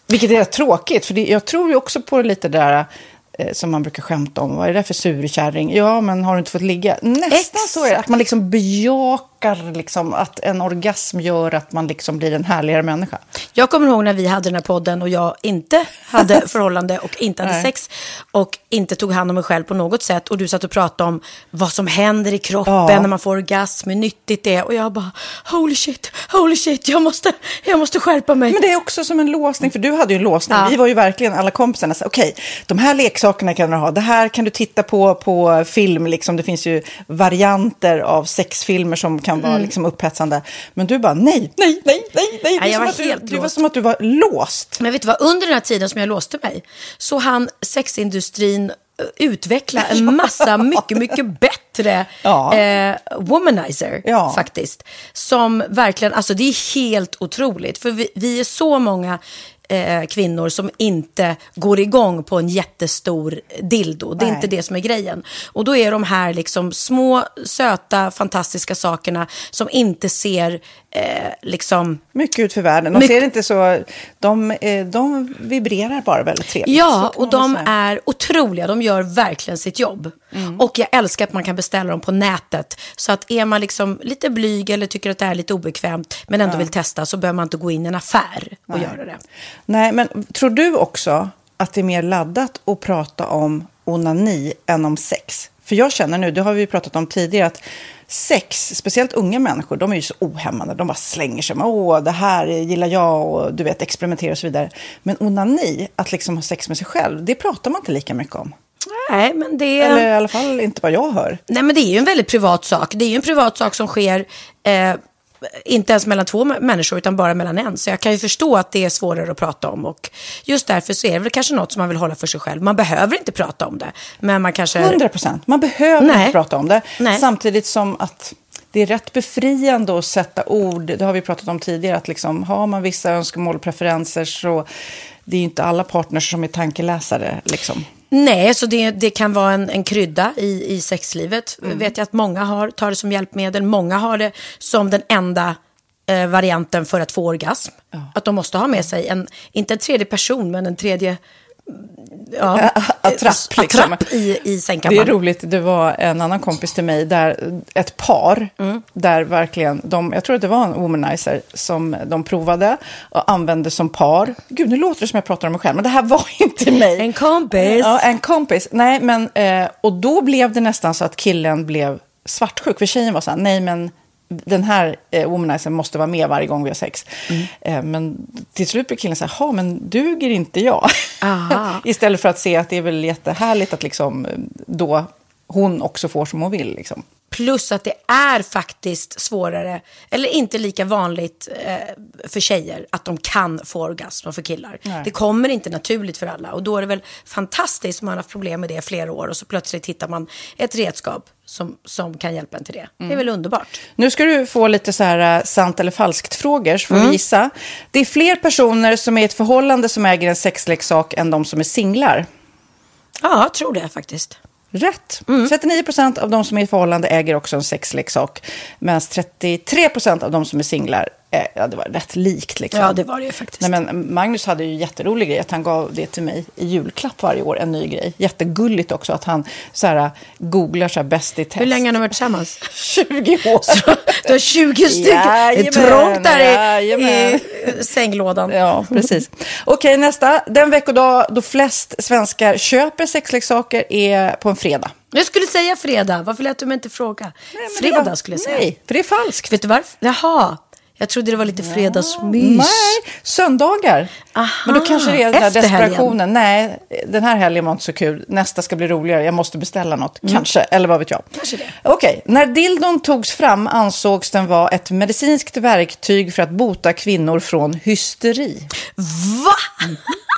Vilket är rätt tråkigt, för det, jag tror ju också på lite där eh, som man brukar skämta om. Vad är det för surkärring? Ja, men har du inte fått ligga? Nästan Exakt. Så är det. Att man liksom bejakar liksom, att en orgasm gör att man liksom blir en härligare människa. Jag kommer ihåg när vi hade den här podden och jag inte hade förhållande och inte hade sex och inte tog hand om mig själv på något sätt. Och du satt och pratade om vad som händer i kroppen ja. när man får orgasm, hur nyttigt det är. Och jag bara, holy shit, holy shit, jag måste, jag måste skärpa mig. Men det är också som en låsning, för du hade ju en låsning. Ja. Vi var ju verkligen alla kompisarna. Okej, okay, de här leksakerna kan du ha. Det här kan du titta på på film. Liksom. Det finns ju varianter av sexfilmer som kan vara mm. liksom upphetsande. Men du bara, nej, nej, nej, nej, nej. Ja, jag var helt du, det var som att du var låst. Men vet du vad, under den här tiden som jag låste mig så han sexindustrin utveckla en massa mycket, mycket bättre ja. eh, womanizer ja. faktiskt. Som verkligen, alltså det är helt otroligt. För vi, vi är så många eh, kvinnor som inte går igång på en jättestor dildo. Det är Nej. inte det som är grejen. Och då är de här liksom små, söta, fantastiska sakerna som inte ser eh, liksom... mycket ut för världen. De mycket... ser inte så... De, eh, de vibrerar bara väldigt trevligt. Ja, och de är otroliga. De gör verkligen sitt jobb. Mm. Och jag älskar att man kan beställa dem på nätet. Så att är man liksom lite blyg eller tycker att det är lite obekvämt men ändå ja. vill testa, så behöver man inte gå in i en affär och Nej. göra det. Nej, men tror du också att det är mer laddat att prata om onani än om sex? För jag känner nu, det har vi pratat om tidigare, att sex, speciellt unga människor, de är ju så ohämmande. De bara slänger sig med, åh, det här gillar jag och du vet, experimentera och så vidare. Men onani, att liksom ha sex med sig själv, det pratar man inte lika mycket om. Nej, men det... Eller i alla fall inte vad jag hör. Nej, men det är ju en väldigt privat sak. Det är ju en privat sak som sker... Eh... inte ens mellan två människor utan bara mellan en. Så jag kan ju förstå att det är svårare att prata om. Och just därför så är det väl kanske något som man vill hålla för sig själv. Man behöver inte prata om det. Men man kanske... hundra procent. Man behöver Nej. inte prata om det. Nej. Samtidigt som att det är rätt befriande att sätta ord. Det har vi pratat om tidigare. Att liksom, har man vissa önskemål och preferenser så det är ju inte alla partners som är tankeläsare liksom. Nej, så det, det kan vara en, en krydda i, i sexlivet. Mm. Vet jag att många har, tar det som hjälpmedel. Många har det som den enda eh, varianten för att få orgasm. Ja. Att de måste ha med sig, en, inte en tredje person, men en tredje... Ja, attrapp, liksom. attrapp i, i sängkammaren. Det är roligt, det var en annan kompis till mig där ett par mm. där verkligen de, jag tror att det var en womanizer som de provade och använde som par. Gud, nu låter det som jag pratar om mig själv, men det här var inte mig. En kompis. Ja, en kompis. Nej, men eh, och då blev det nästan så att killen blev svartsjuk, för tjejen var så här, nej men den här eh, womanizer måste vara med varje gång vi har sex. Mm. Eh, men till slut blir killen så här, ja men duger inte jag? Istället för att se att det är väl jättehärligt att liksom då hon också får som hon vill liksom. Plus att det är faktiskt svårare, eller inte lika vanligt eh, för tjejer att de kan få orgasm för killar. Nej. Det kommer inte naturligt för alla. Och då är det väl fantastiskt om man har haft problem med det i flera år och så plötsligt hittar man ett redskap som, som kan hjälpa en till det. Mm. Det är väl underbart. Nu ska du få lite så här sant eller falskt frågor, så får Mm. vi gissa. Det är fler personer som är i ett förhållande som äger en sexleksak än de som är singlar. Ja, jag tror det faktiskt. Rätt. Mm. trettionio procent av de som är i förhållande äger också en sexleksak. Medan trettiotre procent av de som är singlar, äh, ja det var rätt likt liksom. Ja, det var det ju faktiskt. Nej, men Magnus hade ju jätterolig grej att han gav det till mig i julklapp varje år, en ny grej. Jättegulligt också att han så här, googlar så här bäst i test. Hur länge har ni varit tillsammans? tjugo år. Så, du har tjugo stycken. Det är trångt där i, i sänglådan. Ja, precis. Okej, nästa. Den veckodag då flest svenskar köper sexleksaker är på en fredag. Jag skulle säga fredag. Varför lät du mig inte fråga? Nej, fredag var, skulle jag säga. Nej, för det är falskt. Vet du varför? Jaha. Jag trodde det var lite fredagsmys. Nej, söndagar. Aha, men då kanske det är den där efter desperationen. Helgen. Nej, den här helgen var inte så kul. Nästa ska bli roligare. Jag måste beställa något. Mm. Kanske, eller vad vet jag. Kanske det. Okej, när dildon togs fram ansågs den vara ett medicinskt verktyg för att bota kvinnor från hysteri. Va?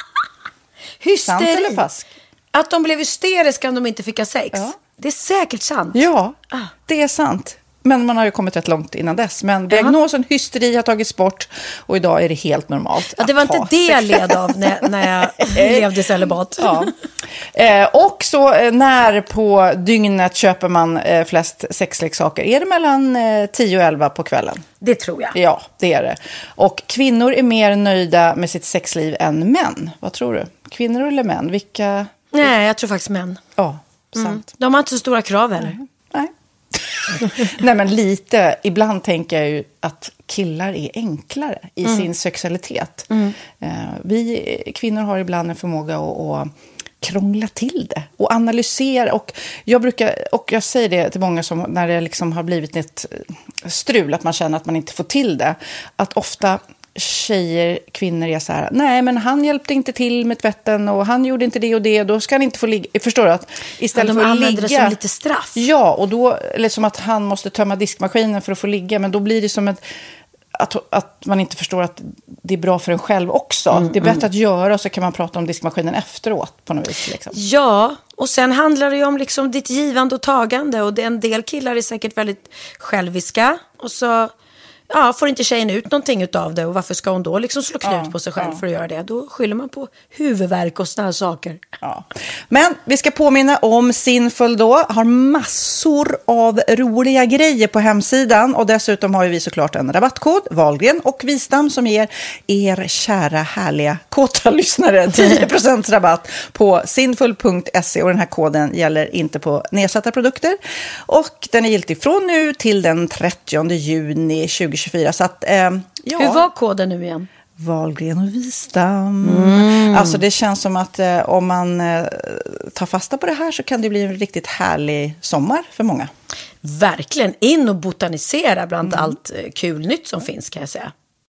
Hysteri? Sant eller falskt? Att de blev hysteriska om de inte fick ha sex? Ja. Det är säkert sant. Ja, ah. det är sant. men man har ju kommit rätt långt innan dess. Men diagnosen hysteri har tagits bort och idag är det helt normalt. Ja, det var inte det jag led av när, när jag levde i celibat. Ja. Eh, och så eh, när på dygnet köper man eh, flest sexleksaker? Är det mellan eh, tio och elva på kvällen? Det tror jag. Ja, det är det. Och kvinnor är mer nöjda med sitt sexliv än män. Vad tror du? Kvinnor eller män? Vilka... Nej, jag tror faktiskt män. Ja, sant. Mm. De har inte så stora krav heller. Nej. Nej, men lite. Ibland tänker jag ju att killar är enklare i mm. sin sexualitet. Mm. Eh, vi kvinnor har ibland en förmåga att, att krångla till det och analysera. Och jag brukar, och jag säger det till många som när det liksom har blivit ett strul, att man känner att man inte får till det. Att ofta tjejer, kvinnor är så här, nej men han hjälpte inte till med tvätten och han gjorde inte det och det, då ska han inte få ligga. Förstår du? Att istället ja, de för att ligga, ligga, det som lite straff. Ja, och då eller som att han måste tömma diskmaskinen för att få ligga, men då blir det som ett Att, att man inte förstår att det är bra för en själv också. Mm, det är bättre mm. att göra, och så kan man prata om diskmaskinen efteråt på något vis. Liksom. Ja, och sen handlar det ju om liksom ditt givande och tagande. Och det, en del killar är säkert väldigt själviska. Och så ja, får inte tjejen ut någonting utav det. Och varför ska hon då liksom slå knut ja, på sig själv ja. för att göra det? Då skyller man på huvudvärk och såna här saker. Ja. Men vi ska påminna om Sinful då. Har massor av roliga grejer på hemsidan. Och dessutom har vi såklart en rabattkod, Wahlgren och Wistam, som ger er kära, härliga, kåta lyssnare tio procent rabatt på sinful punkt se. Och den här koden gäller inte på nedsatta produkter. Och den är giltig från nu till den trettionde juni tjugohundratjugofyra. Så att, eh, ja. Hur var koden nu igen? Wahlgren och Wistam. Mm. Alltså det känns som att eh, om man eh, tar fasta på det här så kan det bli en riktigt härlig sommar för många. Verkligen, in och botanisera bland mm. allt eh, kul nytt som finns, kan jag säga.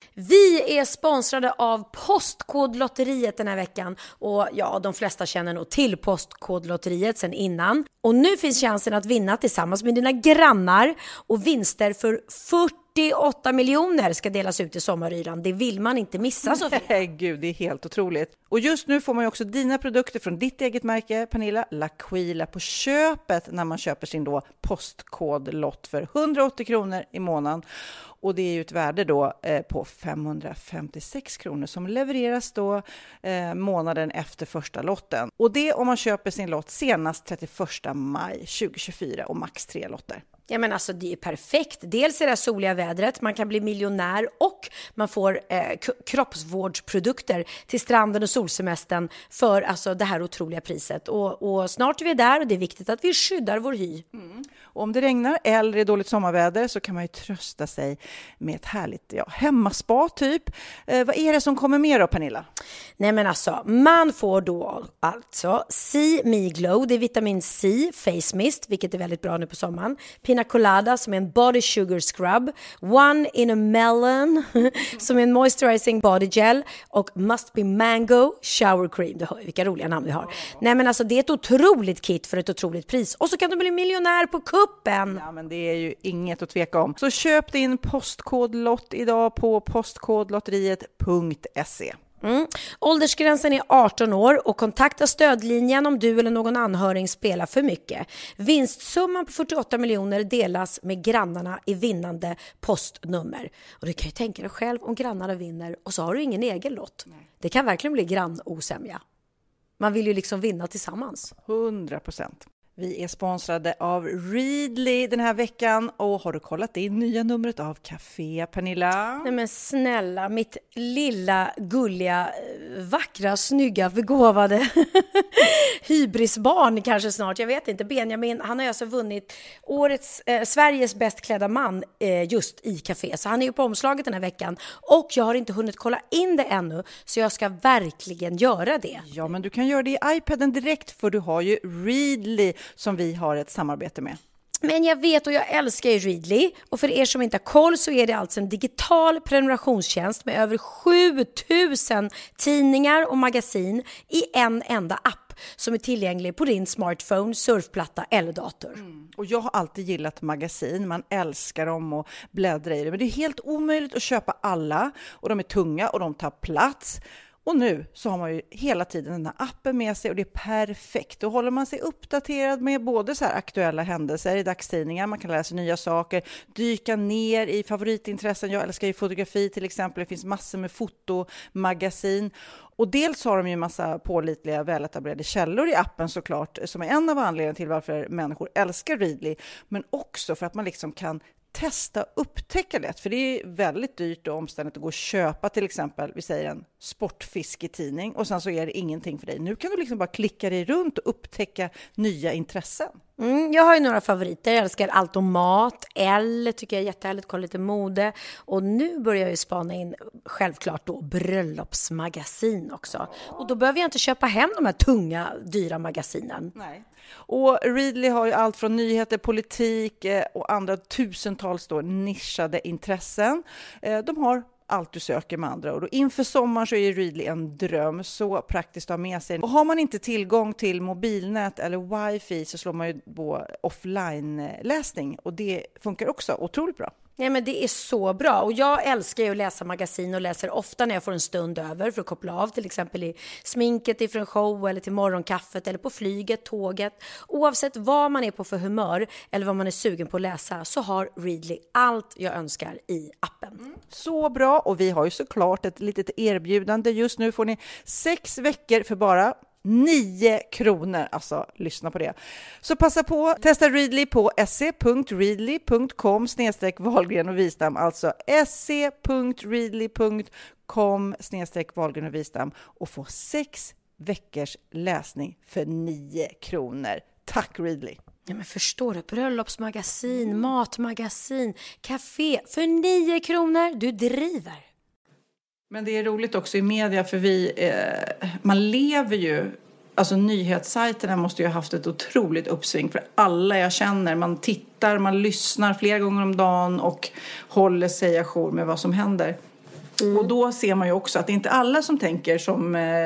Vi är sponsrade av Postkodlotteriet den här veckan. Och ja, de flesta känner nog till Postkodlotteriet sen innan. Och nu finns chansen att vinna tillsammans med dina grannar. Och vinster för fyrtioåtta miljoner ska delas ut i sommaryran. Det vill man inte missa, Sofia. Nej, gud, det är helt otroligt. Och just nu får man ju också dina produkter från ditt eget märke, Pernilla, L'Aquila, på köpet när man köper sin då postkodlott för hundraåttio kronor i månaden. Och det är ju ett värde då eh, på femhundrafemtiosex kronor som levereras då eh, månaden efter första lotten. Och det om man köper sin lott senast trettioförsta maj tjugohundratjugofyra och max tre lotter. Ja, men alltså det är perfekt. Dels är det soliga vädret, man kan bli miljonär och man får eh, k- kroppsvårdsprodukter till stranden och solsemestern för alltså det här otroliga priset. Och, och snart är vi där och det är viktigt att vi skyddar vår hy. Mm. Och om det regnar eller är dåligt sommarväder så kan man ju trösta sig med ett härligt ja, hemmaspa typ. Eh, vad är det som kommer mer då, Pernilla? Nej men alltså, man får då alltså See Me Glow, det är vitamin C, face mist, vilket är väldigt bra nu på sommaren. Pina Colada som är en body sugar scrub, One in a Melon som är en moisturizing body gel och Must Be Mango shower cream. Det hör ju vilka roliga namn vi har. Nej men alltså det är ett otroligt kit för ett otroligt pris. Och så kan du bli miljonär på kuppen. Ja men det är ju inget att tveka om. Så köp din postkodlott idag på postkodlotteriet punkt se. Mm. Åldersgränsen är arton år och kontakta stödlinjen om du eller någon anhörig spelar för mycket. Vinstsumman på fyrtioåtta miljoner delas med grannarna i vinnande postnummer. Och du kan ju tänka dig själv om grannarna vinner och så har du ingen egen lott. Nej. Det kan verkligen bli grannosämja. Man vill ju liksom vinna tillsammans. hundra procent. Vi är sponsrade av Readly den här veckan. Och har du kollat det nya numret av Café, Pernilla? Nej men snälla, mitt lilla, gulliga, vackra, snygga, begåvade hybrisbarn kanske snart. Jag vet inte. Benjamin, han har alltså vunnit årets, eh, Sveriges bäst klädda man eh, just i Café. Så han är ju på omslaget den här veckan. Och jag har inte hunnit kolla in det ännu. Så jag ska verkligen göra det. Ja, men du kan göra det i iPaden direkt för du har ju Readly som vi har ett samarbete med. Men jag vet och jag älskar ju Readly. Och för er som inte har koll så är det alltså en digital prenumerationstjänst med över sjutusen tidningar och magasin i en enda app som är tillgänglig på din smartphone, surfplatta eller dator. Mm. Och jag har alltid gillat magasin. Man älskar dem och bläddra i det. Men det är helt omöjligt att köpa alla. Och de är tunga och de tar plats. Och nu så har man ju hela tiden den här appen med sig och det är perfekt. Då håller man sig uppdaterad med både så här aktuella händelser i dagstidningar, man kan läsa nya saker, dyka ner i favoritintressen. Jag älskar ju fotografi till exempel, det finns massor med fotomagasin. Och dels har de ju en massa pålitliga, väletablerade källor i appen såklart, som är en av anledningarna till varför människor älskar Readly. Men också för att man liksom kan testa upptäcka lätt, för det är väldigt dyrt och omständigt att gå och köpa till exempel, vi säger en sportfisketidning och sen så är det ingenting för dig. Nu kan du liksom bara klicka dig runt och upptäcka nya intressen. Mm, jag har ju några favoriter. Jag älskar allt om mat. L tycker jag är jättehärligt. Kolla lite mode. Och nu börjar jag ju spana in självklart då bröllopsmagasin också. Och då behöver jag inte köpa hem de här tunga, dyra magasinen. Nej. Och Readly har ju allt från nyheter, politik och andra tusentals då nischade intressen. De har allt du söker med andra ord. Och inför sommaren så är Readly en dröm, så praktiskt att ha med sig. Och har man inte tillgång till mobilnät eller wifi så slår man ju på offline-läsning. Och det funkar också otroligt bra. Ja, men det är så bra. Och jag älskar ju att läsa magasin och läser ofta när jag får en stund över för att koppla av. Till exempel i sminket ifrån show eller till morgonkaffet eller på flyget, tåget. Oavsett vad man är på för humör eller vad man är sugen på att läsa så har Readly allt jag önskar i appen. Mm. Så bra, och vi har ju såklart ett litet erbjudande. Just nu får ni sex veckor för bara nio kronor, alltså lyssna på det. Så passa på, testa Readly på se punkt readly punkt com snedstreck Wahlgren och Wistam, alltså se punkt readly punkt com snedstreck Wahlgren och Wistam och få sex veckors läsning för nio kronor. Tack Readly! Ja, men förstår du? Bröllopsmagasin, matmagasin, café för nio kronor. Du driver! Men det är roligt också i media för vi, eh, man lever ju, alltså nyhetssajterna måste ju ha haft ett otroligt uppsving för alla jag känner. Man tittar, man lyssnar flera gånger om dagen och håller sig ajour med vad som händer. Mm. Och då ser man ju också att det är inte alla som tänker som, eh,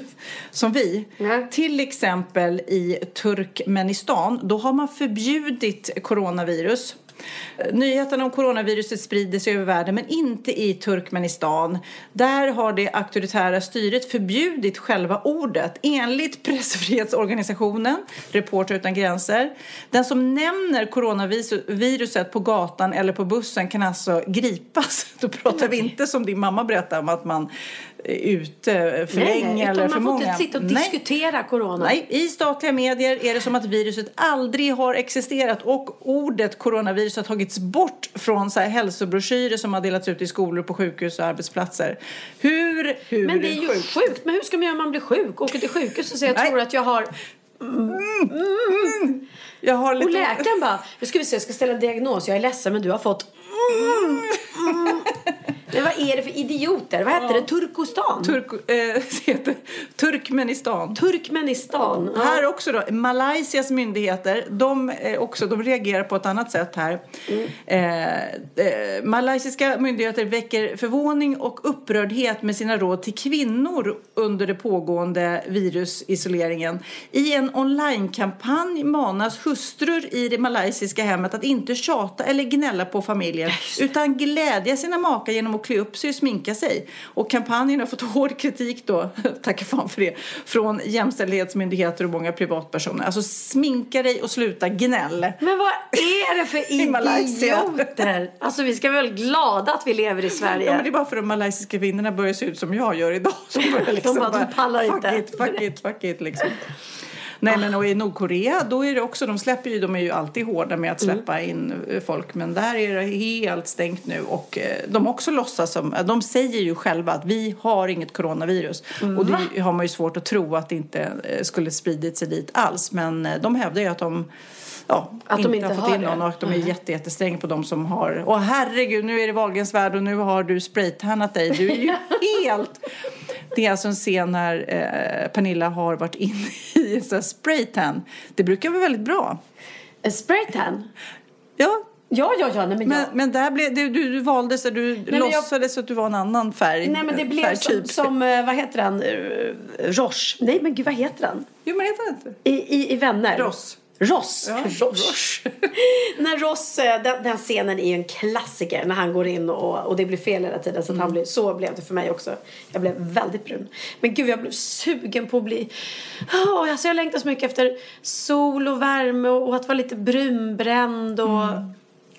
som vi. Mm. Till exempel i Turkmenistan, då har man förbjudit coronavirus. Nyheterna om coronaviruset sprider sig över världen men inte i Turkmenistan. Där har det auktoritära styret förbjudit själva ordet. Enligt pressfrihetsorganisationen Reporter utan gränser. Den som nämner coronaviruset på gatan eller på bussen kan alltså gripas. Då pratar vi inte som din mamma berättade om att man är ute för nej, länge eller för många. Man får inte sitta och nej. diskutera corona. Nej, i statliga medier är det som att viruset aldrig har existerat och ordet coronavirus har tagits bort från så här hälsobroschyrer som har delats ut i skolor, på sjukhus och arbetsplatser. Hur, hur Men det är ju sjukt. sjukt. Men hur ska man göra om man blir sjuk? Åker till sjukhus och säger jag tror att jag har... Mm. Mm. Jag har lite... Och läkaren bara, nu ska vi se, jag ska ställa en diagnos. Jag är ledsen men du har fått... Mm. Mm. Men vad är det för idioter? Vad heter ja. det? Turkostan? Turk, eh, heter Turkmenistan. Turkmenistan. Ja. Här också då, Malaysias myndigheter, de, eh, också, de reagerar på ett annat sätt här. Mm. Eh, eh, malaysiska myndigheter väcker förvåning och upprördhet med sina råd till kvinnor under det pågående virusisoleringen. I en online-kampanj manas hustrur i det malaysiska hemmet att inte tjata eller gnälla på familjen utan glädja sina makar genom att klä upp sig och sminka sig. Och kampanjen har fått hård kritik då, tack fan för det, från jämställdhetsmyndigheter och många privatpersoner. Alltså sminka dig och sluta gnäll. Men vad är det för idioter? Alltså vi ska väl glada att vi lever i Sverige. Ja, men det är bara för att de malaysiska kvinnorna börjar se ut som jag gör idag. De, börjar liksom de, bara, de pallar fuck inte. It, fuck it, fuck it liksom. Nej, men och i Nordkorea då är det också, de släpper ju, de är ju alltid hårda med att släppa mm. in folk, men där är det helt stängt nu och de också låtsas som, de säger ju själva att vi har inget coronavirus mm. och det har man ju svårt att tro att det inte skulle spridit sig dit alls, men de hävdar ju att de Ja, att inte de inte har fått har in någon och att de är mm. jätte, jättestränga på de som har. Åh herregud, nu är det Wahlgrens värld och nu har du spraytannat dig. Du är ju helt... Det är alltså en scen när eh, Pernilla har varit inne i en sån här spraytan. Det brukar vara väldigt bra. En spraytan? Ja. Ja, ja, ja. Nej, men, men, jag... men där blev du, du, du valde så du nej, låtsades jag... att du var en annan färg. Nej, men det blev som, som, vad heter den? Roche. Nej, men gud, vad heter den? Jo, men heter den inte. I, i, i Vänner. Ross. Ross. Ja, Ross. Ross. När Ross, den, den scenen är ju en klassiker. När han går in och, och det blir fel hela tiden. Så, att han blir, så blev det för mig också. Jag blev väldigt brun. Men gud, jag blev sugen på att bli... Oh, alltså jag längtar så mycket efter sol och värme. Och, och att vara lite brunbränd. Och, mm.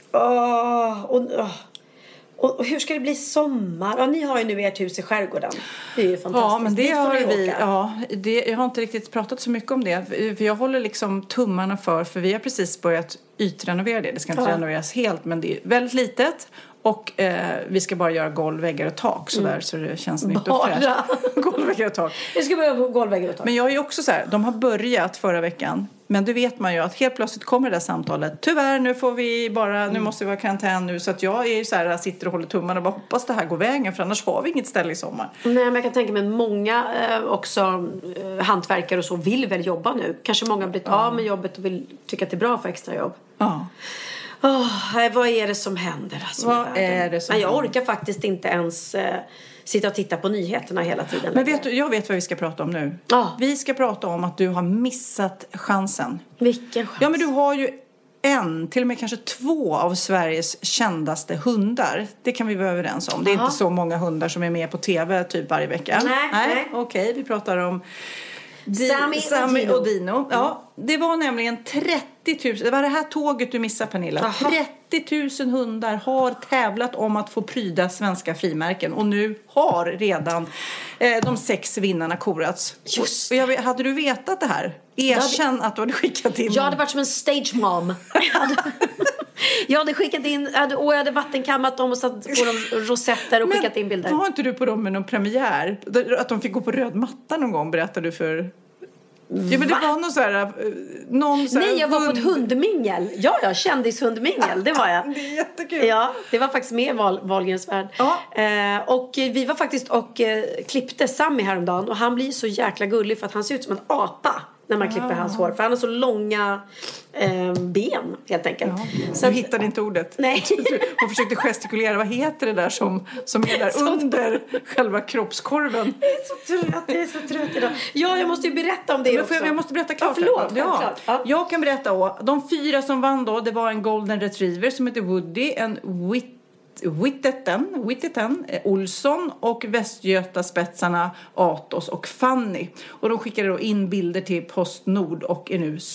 oh, och, oh. Och hur ska det bli sommar? Ja, ni har ju nu ert hus i skärgården. Det är ju fantastiskt. Ja, men det Dit får har ni vi. åka. Ja, det, jag har inte riktigt pratat så mycket om det. För jag håller liksom tummarna för. För vi har precis börjat ytrenovera det. Det ska inte Ja. renoveras helt, men det är väldigt litet. Och eh, vi ska bara göra golv, väggar och tak. Så, Mm. där, så det känns nytt och Bara. fräscht. Golv, väggar och tak. Vi ska börja på golv, väggar och tak. Men jag är också så här, de har börjat förra veckan. Men då vet man ju att helt plötsligt kommer det där samtalet. Tyvärr, nu får vi bara, nu måste vi vara karantän nu. Så att jag är så här, sitter och håller tummarna och bara hoppas det här går vägen. För annars har vi inget ställe i sommar. Nej, men jag kan tänka mig att många eh, också eh, hantverkare och så vill väl jobba nu. Kanske många har blivit av med jobbet och vill tycka att det är bra för extra jobb. Ja. Oh, vad är det som händer alltså, Vad i världen? är det som Nej, jag händer? orkar faktiskt inte ens eh, sitta och titta på nyheterna hela tiden. Men vet du, jag vet vad vi ska prata om nu. Ja. Vi ska prata om att du har missat chansen. Vilken chans? Ja, men du har ju en, till och med kanske två av Sveriges kändaste hundar. Det kan vi vara överens om. Det är Aha. inte så många hundar som är med på tv typ varje vecka. Nej, nej. Okej, vi pratar om Di- Sami Sami och och Dino. Ja, det var nämligen trettio tusen. Det var det här tåget du missade, Pernilla. Aha. trettio tusen hundar har tävlat om att få pryda svenska frimärken. Och nu har redan eh, de sex vinnarna korats. Just och jag, vet- hade du vetat det här? Erkänn att du hade skickat in. Jag hade varit som en stage mom. Jag hade, jag hade skickat in, jag hade, och jag hade vattenkammat dem och satt på dem rosetter och Men skickat in bilder. var inte du på dem med någon premiär? Att de fick gå på röd matta någon gång, berättade du för... Ja, men det Va? var någon så här, eh, någon så här Nej, jag var på ett hund- hundmingel. Ja, ja, kändishundmingel, det var jag. Det är jättekul. Ja, det var faktiskt med i Val, Wahlgrens värld. Ja. Eh, och vi var faktiskt och eh, klippte Sami häromdagen. Och han blir så jäkla gullig för att han ser ut som en apa när man klipper hans hår. För han har så långa eh, ben, helt enkelt. Ja. Så Du att- hittade inte ordet. Nej. Hon försökte gestikulera. Vad heter det där som, som är där Sånt. under själva kroppskorven? Jag är så trött, jag är så trött idag. Ja, jag måste ju berätta om det Men också. får jag, jag måste berätta klart. Ja, förlåt, här. ja. självklart. Ja. Jag kan berätta å. De fyra som vann då, det var en golden retriever som heter Woody, en Whit Whitteten, Whitteten, eh, Olsson och Västgötaspetsarna Atos och Fanny. Och de skickade då in bilder till Postnord och är nu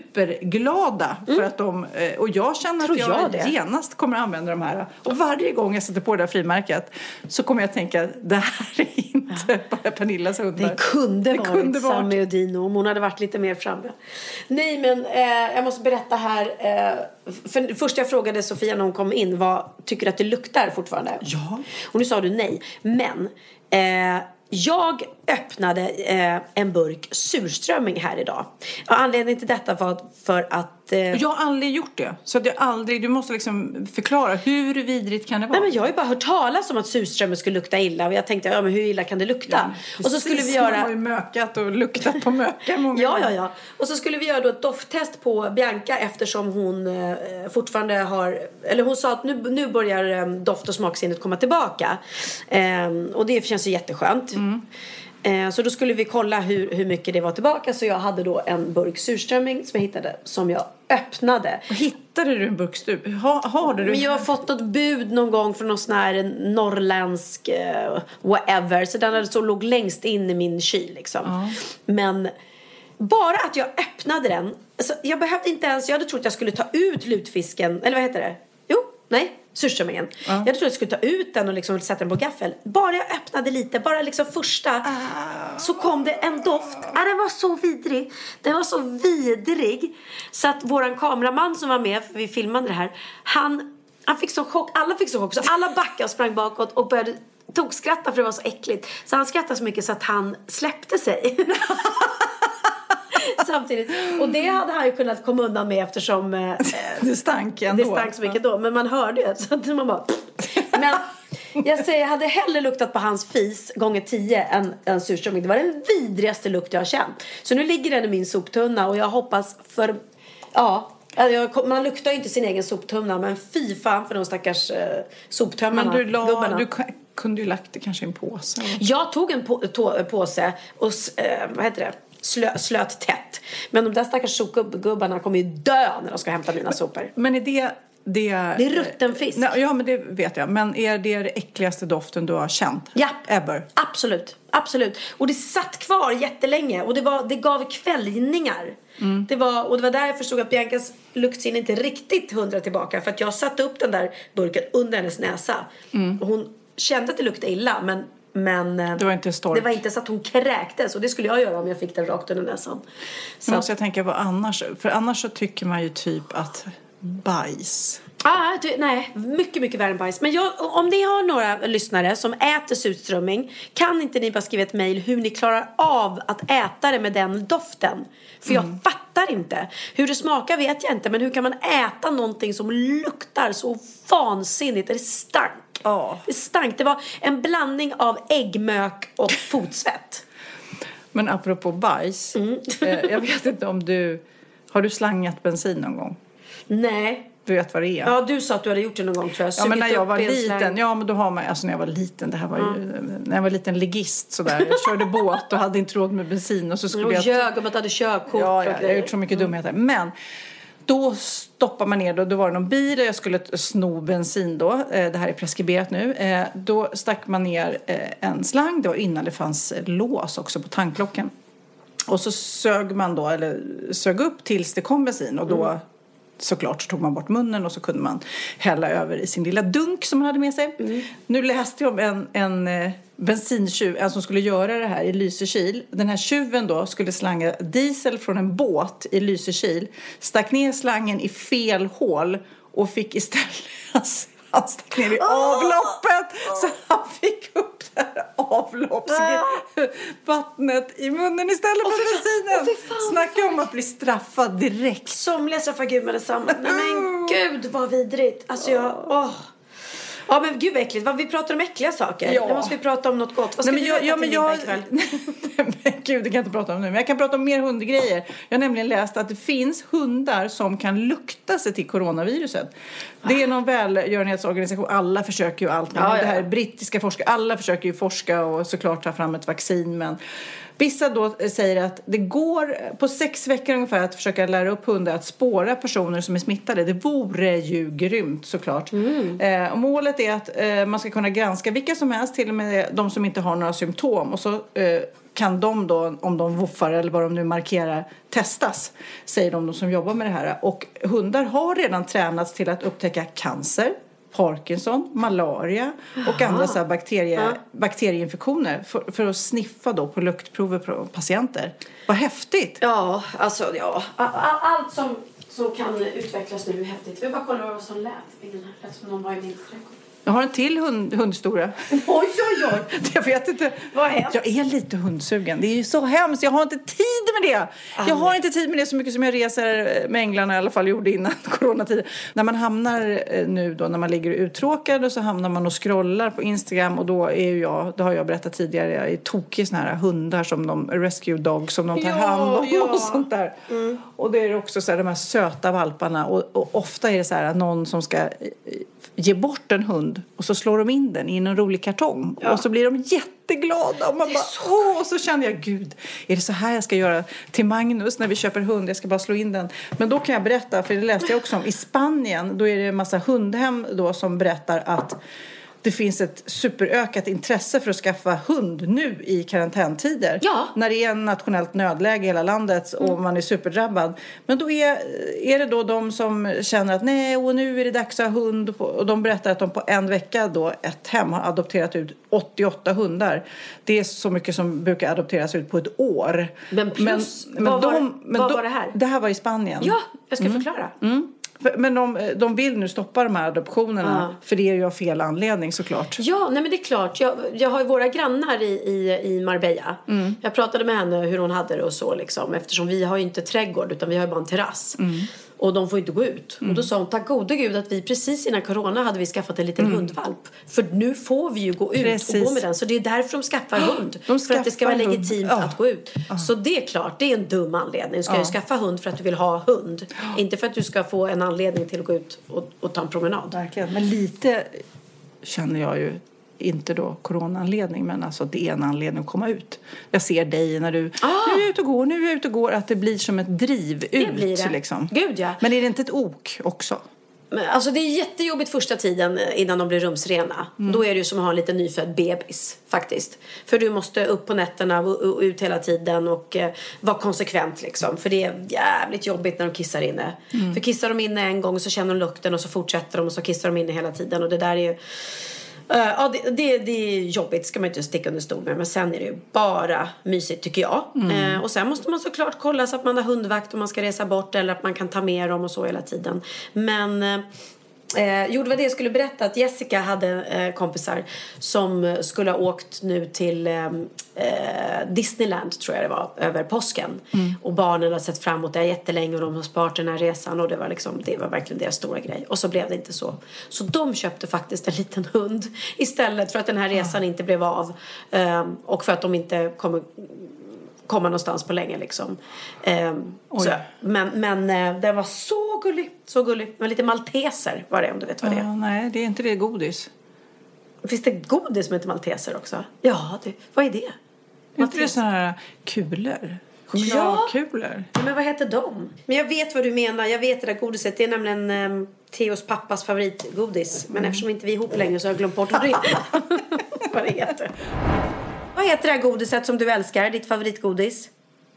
superglada för att de, eh, och jag känner Tror att jag, jag det? genast kommer att använda de här. Och varje gång jag sätter på det här frimärket så kommer jag att tänka, det här är inte bara Pernillas hundar. Det kunde Det varit kunde varit. Sami och Dino om hon hade varit lite mer framme. Nej, men eh, jag måste berätta här. Eh, för först jag frågade Sofia när hon kom in, vad tycker du att det luktar fortfarande? Ja. Och nu sa du nej. Men eh, jag öppnade eh, en burk surströmming här idag. Och anledningen till detta var för att... Eh, Jag har aldrig gjort det. Så att jag aldrig, du måste liksom förklara, hur vidrigt kan det vara? Nej, men jag har ju bara hört talas om att surströmming skulle lukta illa. Och jag tänkte, ja men hur illa kan det lukta? och så skulle vi göra... Man har ju mökat och luktat på möka många Ja, ja, ja. Och så skulle vi göra då ett dofttest på Bianca eftersom hon eh, fortfarande har... Eller hon sa att nu, nu börjar eh, doft- och smaksinnet komma tillbaka. Eh, och det känns ju jätteskönt. Mm. Eh, så då skulle vi kolla hur, hur mycket det var tillbaka. Så jag hade då en burk surströmming som jag hittade, som jag öppnade. Och hittade du en burkstup? Ha, har du? Men jag har fått något bud någon gång från någon sån här norrländsk uh, whatever. Så den hade så låg längst in i min kyl liksom. Ja. Men bara att jag öppnade den. Alltså, jag behövde inte ens, jag hade trott att jag skulle ta ut lutfisken. Eller vad heter det? Jo, nej. Surströmmingen. Ja. Jag trodde att jag skulle ta ut den och liksom sätta den på gaffel. Bara jag öppnade lite, bara liksom första Ah. så kom det en doft. Ah, den var så vidrig. Den var så vidrig. Så att våran kameraman som var med, för vi filmade det här, han, han fick så chock. Alla fick så chock. Så alla backade och sprang bakåt och började tog skratta för det var så äckligt. Så han skrattade så mycket så att han släppte sig. Samtidigt. Och det hade han ju kunnat komma undan med eftersom eh, det stank ändå. Det stank så mycket då. Men man hörde ju. Så att man bara... Men jag säger, jag hade hellre luktat på hans fis gånger tio än, än surströmming. Det var den vidrigaste lukt jag har känt. Så nu ligger den i min soptunna och jag hoppas för... Ja... Jag, man luktar ju inte sin egen soptunna. Men fy fan för de stackars eh, soptömmarna. Men du, la, gubbarna. du kunde ju lagt det kanske i en påse. Jag tog en på, to, påse och eh, vad heter det? slö, slöt tätt. Men de där stackars sopgubbarna kommer ju dö när de ska hämta mina sopor. Men är det... Det är, det är rutten fisk. Nej, ja, men det vet jag. Men är det det äckligaste doften du har känt? Ja, ever? Absolut. Absolut. Och det satt kvar jättelänge. Och det, var, det gav kvällningar. Mm. Det var, och det var där jag förstod att Biancas luktsinne inte riktigt hundra tillbaka. För att jag satte upp den där burken under hennes näsa. Mm. Och hon kände att det luktade illa. Men, men det, var inte stork. Det var inte så att hon kräktes. Och det skulle jag göra om jag fick den rakt under näsan. Så måste jag tänka på annars. För annars så tycker man ju typ att... bajs. Ah, du, nej, mycket, mycket värre än bajs. Men jag, om ni har några lyssnare som äter surströmming, kan inte ni bara skriva ett mejl hur ni klarar av att äta det med den doften? För jag mm. fattar inte. Hur det smakar vet jag inte, men hur kan man äta någonting som luktar så vansinnigt? Det stank. Oh. Det stank. Det var en blandning av äggmök och fotsvett. Men apropå bajs, mm. eh, jag vet inte om du... Har du slangat bensin någon gång? Nej. Du vet vad det är. Ja, du sa att du hade gjort det någon gång, tror jag. Ja, men när jag var liten. Ja, men då har man... Alltså när jag var liten, det här var ju... Mm. När jag var liten ligist sådär. Jag körde båt och hade inte råd med bensin. Och så skulle och jag... ljög om att du hade körkort. Ja, ja, jag har gjort så mycket dumheter. Mm. Men... Då stoppar man ner, då, då var det någon bil och jag skulle sno bensin då. Eh, det här är preskriberat nu. Eh, då stack man ner eh, en slang. Det var innan det fanns lås också på tankklockan. Och så sög man då, eller sög upp tills det kom bensin. Och då mm. såklart så tog man bort munnen och så kunde man hälla över i sin lilla dunk som man hade med sig. Mm. Nu läste jag om en, en eh, bensintjuv, en som skulle göra det här i Lysekil. Den här tjuven då skulle slanga diesel från en båt i Lysekil. Stack ner slangen i fel hål och fick istället... Han stack ner i avloppet oh, oh. så han fick upp det här avloppsvattnet i munnen istället oh, för bensinen. Oh, Snacka om att bli straffad direkt. Somliga straffar Gud med detsamma. Nej men gud vad vidrigt. Alltså jag... Åh. Ja men gud vad äckligt. Vi pratar om äckliga saker. Ja. Nu måste vi prata om något gott. Vad ska Nej, men jag, du ja, men jag... ikväll? Gud, det kan jag inte prata om nu. Men jag kan prata om mer hundgrejer. Jag har nämligen läst att det finns hundar som kan lukta sig till coronaviruset. Det är någon välgörenhetsorganisation. Alla försöker ju allt. Men ja, det här ja. brittiska forskare. Alla försöker ju forska och såklart ta fram ett vaccin. Men vissa då säger att det går på sex veckor ungefär att försöka lära upp hundar att spåra personer som är smittade. Det vore ju grymt såklart. Mm. Eh, och målet är att eh, man ska kunna granska vilka som helst, till och med de som inte har några symptom. Och så eh, kan de då, om de woffar eller vad de nu markerar, testas, säger de, de som jobbar med det här. Och hundar har redan tränats till att upptäcka cancer, Parkinson, malaria och Aha. andra så här bakterie, ja. bakterieinfektioner för, för att sniffa då på luktprover på patienter. Vad häftigt! Ja, alltså ja. Allt som, som kan utvecklas nu är häftigt. Vi bara kollar vad som lät. Ingen här lät som någon var i min trädgård. Jag har en till hund, hundhistoria. Oj, oj, oj. Jag vet inte. Vad hänt? Jag är lite hundsugen. Det är ju så hemskt. Jag har inte tid med det. Ah, jag har nej. inte tid med det så mycket som jag reser med änglarna i alla fall gjorde innan coronatiden. När man hamnar nu då, när man ligger uttråkad och så hamnar man och scrollar på Instagram. Och då är ju jag, det har jag berättat tidigare, jag är tokig såna här hundar som de, rescue dogs som de tar ja, hand om ja. och sånt där. Mm. Och det är också så här, de här söta valparna. Och, och ofta är det så här att någon som ska ge bort en hund och så slår de in den i en rolig kartong. Ja. Och så blir de jätteglada. Och man bara, så... åh, och så känner jag, gud, är det så här jag ska göra till Magnus när vi köper hund? Jag ska bara slå in den. Men då kan jag berätta, för det läste jag också om. I Spanien, då är det en massa hundhem då som berättar att det finns ett superökat intresse för att skaffa hund nu i karantäntider. Ja. När det är en nationellt nödläge i hela landet och mm. man är superdrabbad. Men då är, är det då de som känner att nej, och nu är det dags att ha hund. Och de berättar att de på en vecka då, ett hem har adopterat ut åttioåtta hundar. Det är så mycket som brukar adopteras ut på ett år. Men plus, men, men vad, de, var, men vad de, var det här? Det här var i Spanien. Ja, jag ska mm. förklara. Mm. Men de, de vill nu stoppa de här adoptionerna. Uh. För det är ju av fel anledning såklart. Ja, nej men det är klart. Jag, jag har ju våra grannar i, i, i Marbella. Mm. Jag pratade med henne hur hon hade det och så liksom. Eftersom vi har ju inte trädgård utan vi har ju bara en terrass. Mm. Och de får inte gå ut. Mm. Och då sa hon, tack gode gud att vi precis innan corona hade vi skaffat en liten mm. hundvalp. För nu får vi ju gå ut precis. och gå med den. Så det är därför de skaffar hund. De för att det ska vara legitimt ja. att gå ut. Ja. Så det är klart, det är en dum anledning. Du ska ja. ju skaffa hund för att du vill ha hund. Ja. Inte för att du ska få en anledning till att gå ut och, och ta en promenad. Verkligen, men lite känner jag ju inte då coronaanledning, men alltså det är en anledning att komma ut. Jag ser dig när du, ah. nu är jag ute och går, nu är jag ute och går, att det blir som ett driv det ut. Blir det. Liksom. Gud, ja. Men är det inte ett ok också? Alltså det är jättejobbigt första tiden innan de blir rumsrena. Mm. Då är det ju som att ha en liten nyfödd bebis faktiskt. För du måste upp på nätterna och, och ut hela tiden och uh, vara konsekvent liksom. För det är jävligt jobbigt när de kissar inne. Mm. För kissar de inne en gång så känner de lukten och så fortsätter de och så kissar de inne hela tiden. Och det där är ju... Uh, ja, det, det, det är jobbigt, ska man inte sticka under stol med. Men sen är det ju bara mysigt tycker jag. Mm. Uh, och sen måste man såklart kolla så att man har hundvakt om man ska resa bort. Eller att man kan ta med dem och så hela tiden. Men... Uh, Eh, jo, det var det jag skulle berätta. Att Jessica hade eh, kompisar som skulle ha åkt nu till eh, Disneyland, tror jag det var, över påsken. Mm. Och barnen har sett fram emot det jättelänge och de har sparat den här resan. Och det var, liksom, det var verkligen deras stora grej. Och så blev det inte så. Så de köpte faktiskt en liten hund istället för att den här resan mm. inte blev av. Eh, och för att de inte kommer... komma någonstans på länge liksom. Ehm, så, men men eh, det var så gullig, så gullig. Men lite malteser var det, om du vet vad det är. Ja, nej, det är inte det godis. Finns det godis som heter malteser också? Ja, det, vad är det? Är inte det sådana här kulor? Chokladkulor? Ja, men vad heter de? Men jag vet vad du menar, jag vet det där godiset. Det är nämligen eh, Theos pappas favoritgodis. Men mm. eftersom inte vi är ihop längre så har jag glömt bort vad det, vad det heter. Vad heter det här godiset som du älskar? Ditt favoritgodis?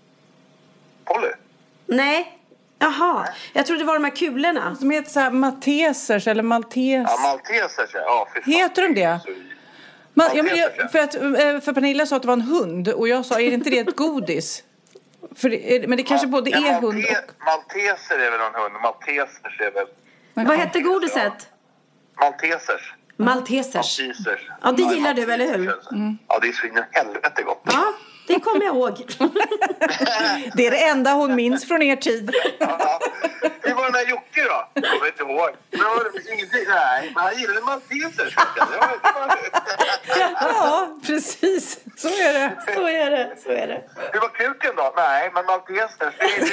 Polly? Nej. Jaha. Jag trodde det var de här kulorna. De heter så här Maltesers eller Maltes. Ja, Maltesers. Ja, fy fan. Heter de det? Man, ja, men jag, för, att, för Pernilla sa att det var en hund. Och jag sa, är det inte det ett godis? För det, men det kanske både ja, är Malte, hund och... Malteser är väl en hund. Maltesers är väl... Vad heter godiset? Maltesers. Maltesers. Maltesers. Ja, det gillar du, eller hur? Mm. Ja, det är så in i helvete gott. Ja, det kommer jag ihåg. Det är det enda hon minns från er tid. Ja. Det var den där Jocke då. Jag vet inte ihåg. Nej, men han gillade Maltesers. Ja, precis. Så är det. Så är det, så är det. Hur var kuken då? Nej, men Maltesers. Det är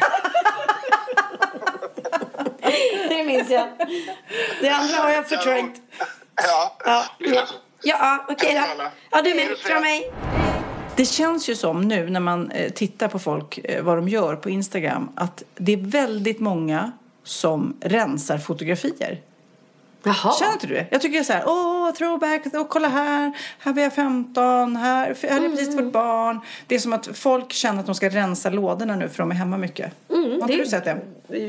det. Det minns jag. Det andra har jag förträngt. Ja. Ja, ja. Ja, okej då. Ja, du med. Kram mig. Det känns ju som nu när man eh, tittar på folk, eh, vad de gör på Instagram, att det är väldigt många som rensar fotografier. Jaha. Känner inte du det? Jag tycker det är så här, åh, throwback, åh, kolla här, här var jag femton, här, här är precis vårt barn. Det är som att folk känner att de ska rensa lådorna nu för de är hemma mycket. Mm, har inte det... du sett det?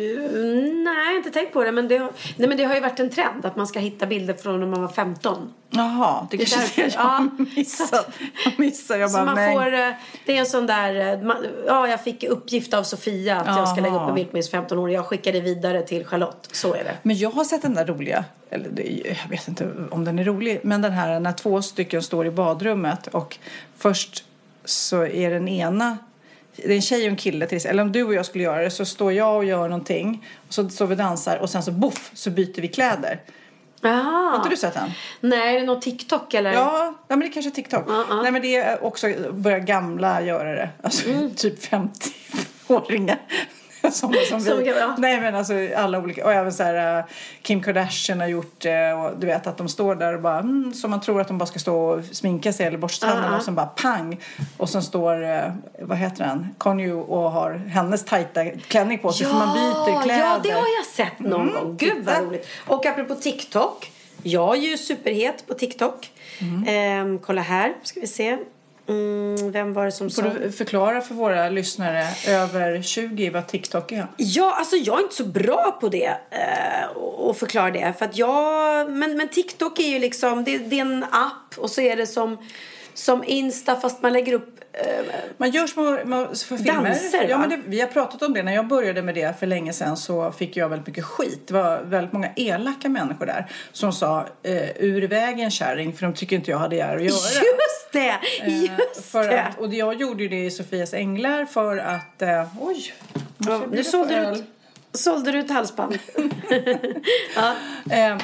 Mm, nej, jag har inte tänkt på det, men det, har... nej, men det har ju varit en trend att man ska hitta bilder från när man var femton. Jaha, det, det kanske är jag missar. Jag missar, jag bara, så man nej. får, det är en sån där, man, ja, jag fick uppgift av Sofia att Aha. jag ska lägga upp en bild med femton år. Jag skickade vidare till Charlotte, så är det. Men jag har sett den där roliga, eller det, jag vet inte om den är rolig, men den här när två stycken står i badrummet och först så är den ena, det är en tjej och en kille till, eller om du och jag skulle göra det, så står jag och gör någonting och så står vi och dansar och sen så boff så byter vi kläder. Aha. Har inte du sett den? Nej, är det någon TikTok eller? Ja, ja men det är kanske TikTok. Uh-uh. Nej, men det är också, börjar gamla göra det. Alltså mm. typ femtio-åringar. Som, som vi. Ja. Nej, men alltså alla olika. Och även så här, uh, Kim Kardashian har gjort det. Uh, och du vet att de står där och bara, mm, som man tror att de bara ska stå och sminka sig eller borsta tänderna. Uh-huh. Och sen bara pang. Och sen står, uh, vad heter den? Kanye och har hennes tajta klänning på sig. Ja, för man byter kläder. Ja, det har jag sett någon mm, gång. Gud vad roligt. Och apropå TikTok. Jag är ju superhet på TikTok. Mm. Um, kolla här, ska vi se. Mm, vem var det som Får sa? du förklara för våra lyssnare över tjugo vad TikTok är? Ja, alltså jag är inte så bra på det eh, och förklara det. För att jag, men, men TikTok är ju liksom, det, det är en app och så är det som, som Insta fast man lägger upp eh, man gör små för filmer. Danser, ja, men det, vi har pratat om det. När jag började med det för länge sedan så fick jag väldigt mycket skit. Det var väldigt många elaka människor där som sa eh, ur vägen kärring, för de tycker inte jag hade här att göra. Just det, just eh, för det. Att, och jag gjorde ju det i Sofias Änglar för att, eh, oj. Ja, nu sålde du, ut, sålde du ut halsband. Ja. eh,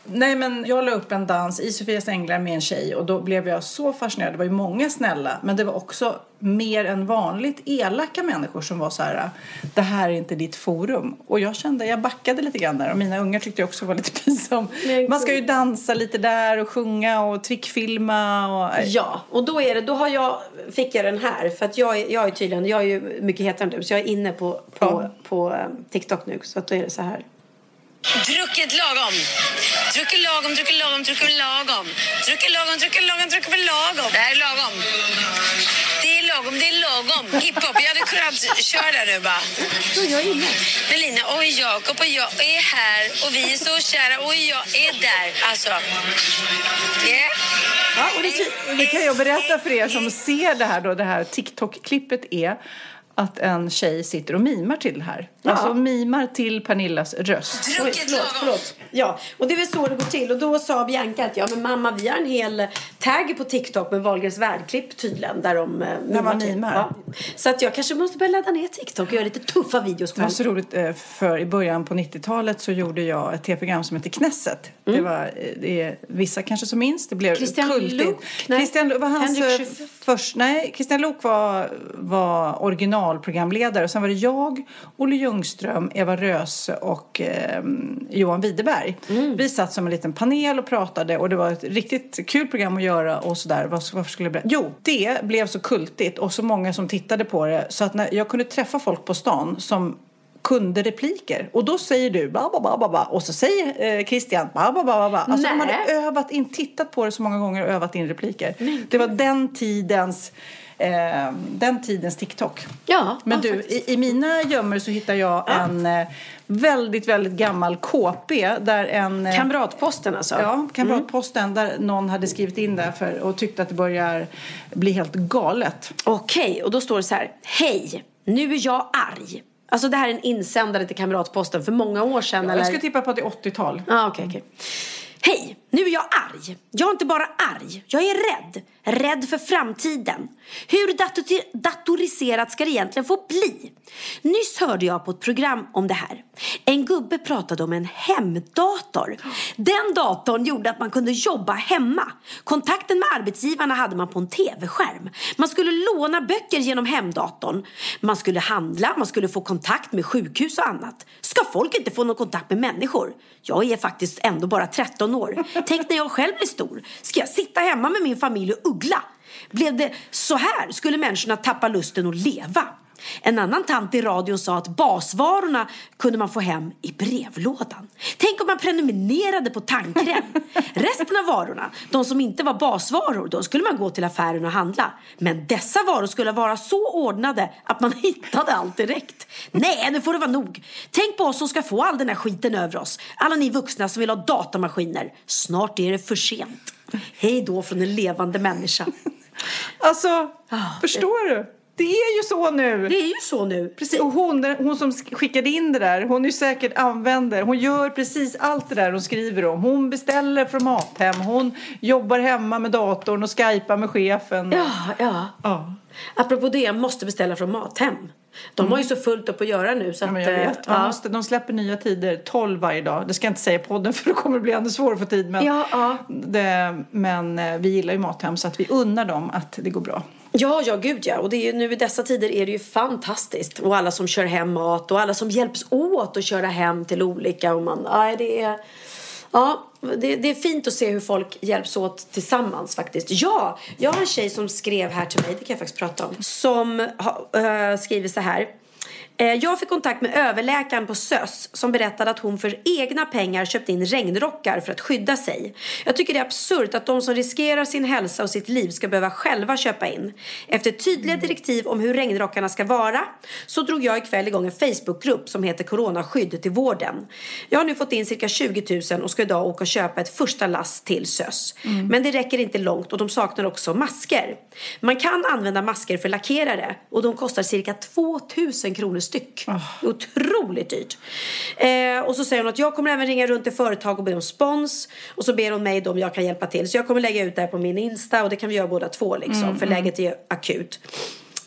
Nej, men jag la upp en dans i Sofias Änglar med en tjej och då blev jag så fascinerad. Det var ju många snälla, men det var också mer än vanligt elaka människor som var så här: det här är inte ditt forum. Och jag kände, jag backade lite grann där och mina ungar tyckte jag också var lite pinsam. Man ska ju dansa lite där och sjunga och trickfilma och... Ja, och då är det, då har jag, fick jag den här för att jag, jag är tydligen, jag är ju mycket hetare än du så jag är inne på, på, ja. på, på TikTok nu så att då är det så här. Druckit lagom. Druckit lagom, druckit lagom, druckit lagom. Druckit lagom, druckit lagom, druckit lagom. Det här är lagom. Det är lagom, det är lagom. Hiphop, jag hade kunnat köra där nu bara. Då är jag inne. Men Lina, och Jakob och jag är här och vi är så kära och jag är där. Alltså, yeah. Ja, och det, det kan jag berätta för er som ser det här då, det här TikTok-klippet är att en tjej sitter och mimar till det här. Ja. Alltså mimar till Pernillas röst. Oj, förlåt, förlåt. Ja, och det är väl så det går till. Och då sa Bianca att ja, men mamma, vi har en hel tagg på TikTok med Wahlgrens världklipp tydligen. Där de eh, mimar. Man mimar. Ja. Så att jag kanske måste börja ladda ner TikTok och göra lite tuffa videos. Det var så roligt, för i början på nittiotalet så gjorde jag ett tv-program som heter Knesset. Mm. Det var, det är vissa kanske som minns. Det blev Christian kultigt. Luuk. Christian Luuk var hans först. Nej, Christian Luuk var, var originalprogramledare. Och sen var det jag, Olle Ljungström, Eva Röse och eh, Johan Widerberg. Mm. Vi satt som en liten panel och pratade och det var ett riktigt kul program att göra och sådär. Varför skulle jag berätta? Jo, det blev så kultigt och så många som tittade på det så att när jag kunde träffa folk på stan som kunde repliker. Och då säger du ba, ba, ba, ba, ba. Och så säger eh, Christian ba, ba, ba, ba. Alltså de hade övat in, tittat på det så många gånger och övat in repliker. Mm. Det var den tidens eh, den tidens TikTok. Ja, men ja, du, i, i mina gömmor så hittar jag ja. en eh, väldigt, väldigt gammal K P där en... Eh, Kamratposten alltså. Ja, Kamratposten mm. där någon hade skrivit in där för, och tyckte att det börjar bli helt galet. Okej, okay, och då står det så här: hej, nu är jag arg. Alltså det här är en insändare till Kamratposten för många år sedan. Ja, eller? Jag ska tippa på att det är åttiotal. Ah, okej, okay, okej. Okay. Hej, nu är jag arg. Jag är inte bara arg, jag är rädd. Rädd för framtiden. Hur dator- datoriserat ska det egentligen få bli? Nyss hörde jag på ett program om det här. En gubbe pratade om en hemdator. Den datorn gjorde att man kunde jobba hemma. Kontakten med arbetsgivarna hade man på en tv-skärm. Man skulle låna böcker genom hemdatorn. Man skulle handla, man skulle få kontakt med sjukhus och annat. Ska folk inte få någon kontakt med människor? Jag är faktiskt ändå bara tretton år. Tänk när jag själv blir stor. Ska jag sitta hemma med min familj och uggla? Blev det så här skulle människorna tappa lusten att leva. En annan tant i radion sa att basvarorna kunde man få hem i brevlådan. Tänk om man prenumererade på tandkräm. Resten av varorna, de som inte var basvaror, då skulle man gå till affären och handla. Men dessa varor skulle vara så ordnade att man hittade allt direkt. Nej, nu får det vara nog. Tänk på oss som ska få all den här skiten över oss. Alla ni vuxna som vill ha datamaskiner. Snart är det för sent. Hej då från en levande människa. Alltså, ah, förstår du? Det är ju så nu. Det är ju så nu. Precis. Och hon, hon som skickade in det där, hon är ju säkert använder. Hon gör precis allt det där hon skriver om. Hon beställer från Mathem. Hon jobbar hemma med datorn och skypar med chefen. Ja, ja. ja. Apropå det, jag måste beställa från Mathem. De mm. har ju så fullt upp att göra nu. Så ja, men jag vet. Ja. Man måste, de släpper nya tider, tolv varje dag. Det ska jag inte säga i podden för det kommer bli ännu svårare för tid. Men, ja, ja. Det, men vi gillar ju Mathem så att vi unnar dem att det går bra. Ja, ja, gud ja. Och det är ju, nu i dessa tider är det ju fantastiskt. Och alla som kör hem mat och alla som hjälps åt att köra hem till olika. Och man, ja, det är... Ja, det, det är fint att se hur folk hjälps åt tillsammans faktiskt. Ja, jag har en tjej som skrev här till mig, det kan jag faktiskt prata om. Som uh, skriver så här. Jag fick kontakt med överläkaren på S Ö S som berättade att hon för egna pengar köpt in regnrockar för att skydda sig. Jag tycker det är absurt att de som riskerar sin hälsa och sitt liv ska behöva själva köpa in. Efter tydliga direktiv om hur regnrockarna ska vara så drog jag ikväll igång en Facebookgrupp som heter Coronaskydd till vården. Jag har nu fått in cirka tjugo tusen och ska idag åka och köpa ett första lass till S Ö S. Mm. Men det räcker inte långt och de saknar också masker. Man kan använda masker för lackerare och de kostar cirka tvåtusen kronor styck. Oh. Otroligt dyrt. Eh, och så säger hon att jag kommer även ringa runt till företag och be om spons. Och så ber hon mig då om jag kan hjälpa till. Så jag kommer lägga ut det här på min Insta och det kan vi göra båda två liksom. Mm, för mm. läget är akut.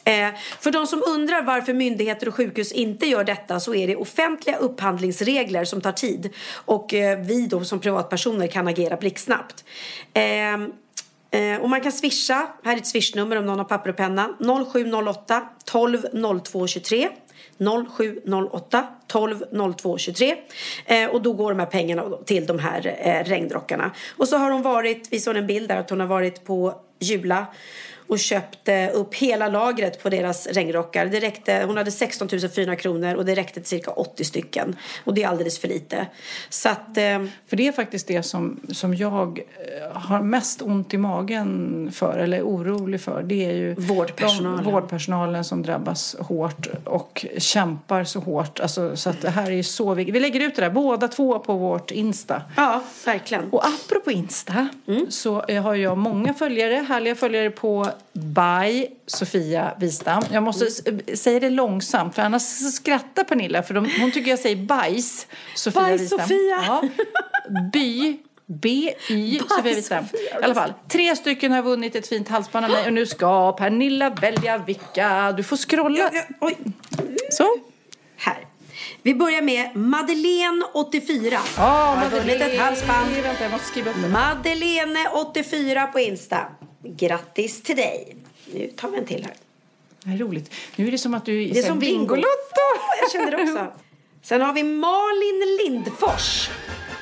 Eh, för de som undrar varför myndigheter och sjukhus inte gör detta, så är det offentliga upphandlingsregler som tar tid. Och eh, vi då som privatpersoner kan agera blixtsnabbt. Eh, eh, och man kan swisha, här är ett swishnummer om någon har papper och penna, noll sju noll åtta tolv noll två tjugotre. noll sju noll åtta tolv noll två tjugotre. Eh, och då går de här pengarna till de här eh, regndrockarna. Och så har hon varit, vi såg en bild där att hon har varit på Jula och köpte upp hela lagret på deras regnrockar. Det räckte, hon hade sexton tusen fyrahundra kronor och det räckte till cirka åttio stycken. Och det är alldeles för lite. Så att, eh... För det är faktiskt det som, som jag har mest ont i magen för, eller orolig för. Det är ju vårdpersonalen, de, vårdpersonalen som drabbas hårt och kämpar så hårt. Alltså, så att det här är ju så viktigt. Vi lägger ut det där båda två på vårt Insta. Ja, verkligen. Och apropå Insta mm. så har jag många följare, härliga följare på by Sofia Wistam. Jag måste mm. säga det långsamt för annars skrattar Pernilla för de, hon tycker jag säger bajs Sofia bajs Wistam. Sofia. Ja. By B-Y Sofia Wistam. I alla fall, tre stycken har vunnit ett fint halsband av mig och nu ska Pernilla välja vilka. Du får scrolla. Ja, ja, oj. Så. Här. Vi börjar med Madeleine åttiofyra. Ja, oh, Madeleine. Ett halsband. Vänta, jag måste skriva upp det. Madeleine åttiofyra på Insta. Grattis till dig. Nu tar vi en till här. Det är roligt. Nu är det som att du det är som Bingolotto. Jag känner det också. Sen har vi Malin Lindfors.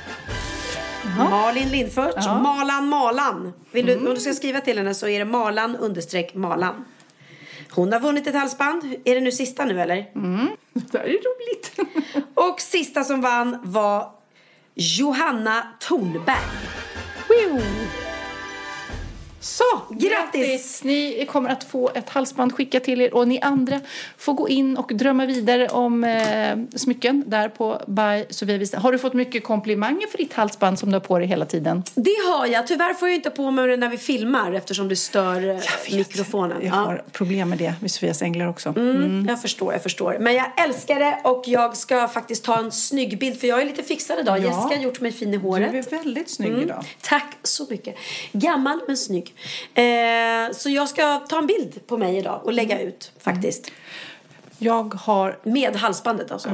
Aha. Malin Lindfors. Aha. Malan Malan. Vill du, mm. om du ska skriva till henne så är det Malan understreck Malan. Hon har vunnit ett halsband. Är det nu sista nu eller? Mm. Det är roligt. Och sista som vann var Johanna Tornberg. Woo. Så, grattis. grattis! Ni kommer att få ett halsband skickat till er och ni andra får gå in och drömma vidare om eh, smycken där på by Sofia Wistam. Har du fått mycket komplimanger för ditt halsband som du har på dig hela tiden? Det har jag. Tyvärr får jag inte på mig det när vi filmar eftersom det stör jag mikrofonen. Jag har ja. problem med det med Sofias änglar också. Mm, mm. Jag förstår, jag förstår. Men jag älskar det och jag ska faktiskt ta en snygg bild för jag är lite fixad idag. Ja. Jessica har gjort mig fin i håret. Du är väldigt snygg mm. idag. Tack så mycket. Gammal men snygg. Eh, så jag ska ta en bild på mig idag och lägga mm. ut faktiskt. Jag har... Med halsbandet alltså.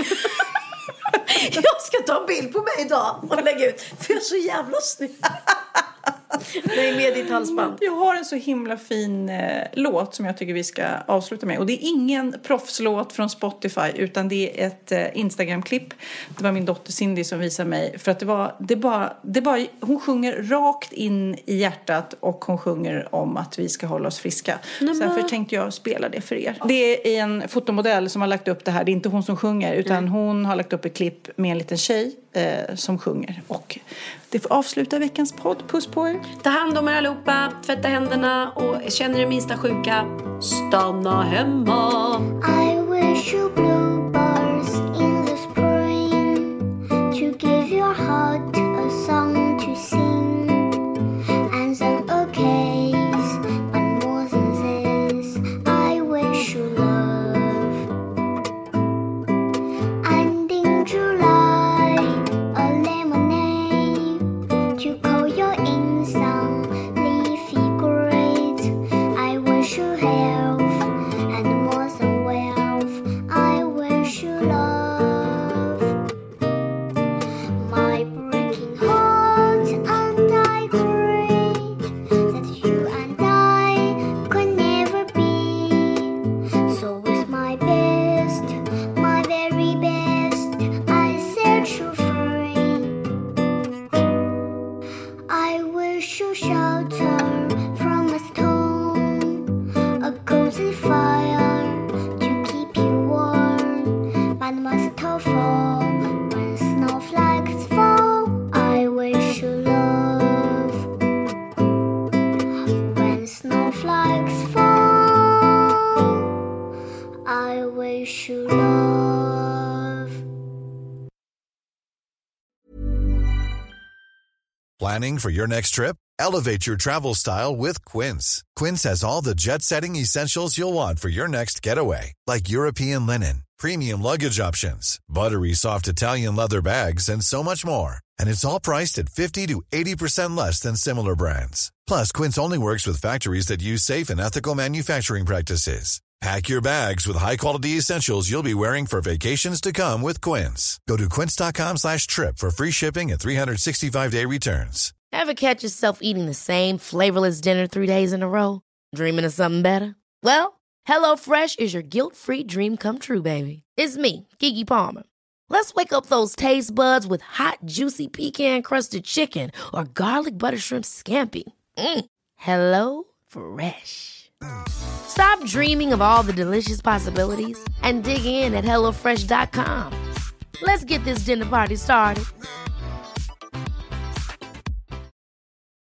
Jag ska ta en bild på mig idag och lägga ut. För jag är så jävla snygg. Nej, med ditt halsband. Jag har en så himla fin eh, låt som jag tycker vi ska avsluta med. Och det är ingen proffslåt från Spotify utan det är ett eh, Instagram-klipp. Det var min dotter Cindy som visade mig. För att det var, det bara, det bara, hon sjunger rakt in i hjärtat och hon sjunger om att vi ska hålla oss friska. Mm. Så därför tänkte jag spela det för er. Det är en fotomodell som har lagt upp det här. Det är inte hon som sjunger utan mm. hon har lagt upp ett klipp med en liten tjej eh, som sjunger. Och det får avsluta veckans podd. Puss på er. Ta hand om er allihopa, tvätta händerna och känner er minsta sjuka, stanna hemma. I wish you bluebirds in the spring to give your heart a song to sing and some okays, but more than this, I wish you love. And in July, a lemonade to call your in some leafy great. I wish you health and more than wealth. I wish you love. My breaking heart and I pray that you and I could never be. So with my best, my very best, I set you free. I wish you shelter from a storm, a cozy fire to keep you warm, but must fall when snowflakes fall. I wish you love. When snowflakes fall, I wish you love. Planning for your next trip? Elevate your travel style with Quince. Quince has all the jet-setting essentials you'll want for your next getaway, like European linen, premium luggage options, buttery soft Italian leather bags, and so much more. And it's all priced at fifty to eighty percent less than similar brands. Plus, Quince only works with factories that use safe and ethical manufacturing practices. Pack your bags with high-quality essentials you'll be wearing for vacations to come with Quince. Go to quince.com slash trip for free shipping and three sixty-five day returns. Ever catch yourself eating the same flavorless dinner three days in a row? Dreaming of something better? Well, HelloFresh is your guilt-free dream come true, baby. It's me, Keke Palmer. Let's wake up those taste buds with hot, juicy pecan-crusted chicken or garlic butter shrimp scampi. Mm. Hello Fresh. Stop dreaming of all the delicious possibilities and dig in at hello fresh dot com. Let's get this dinner party started.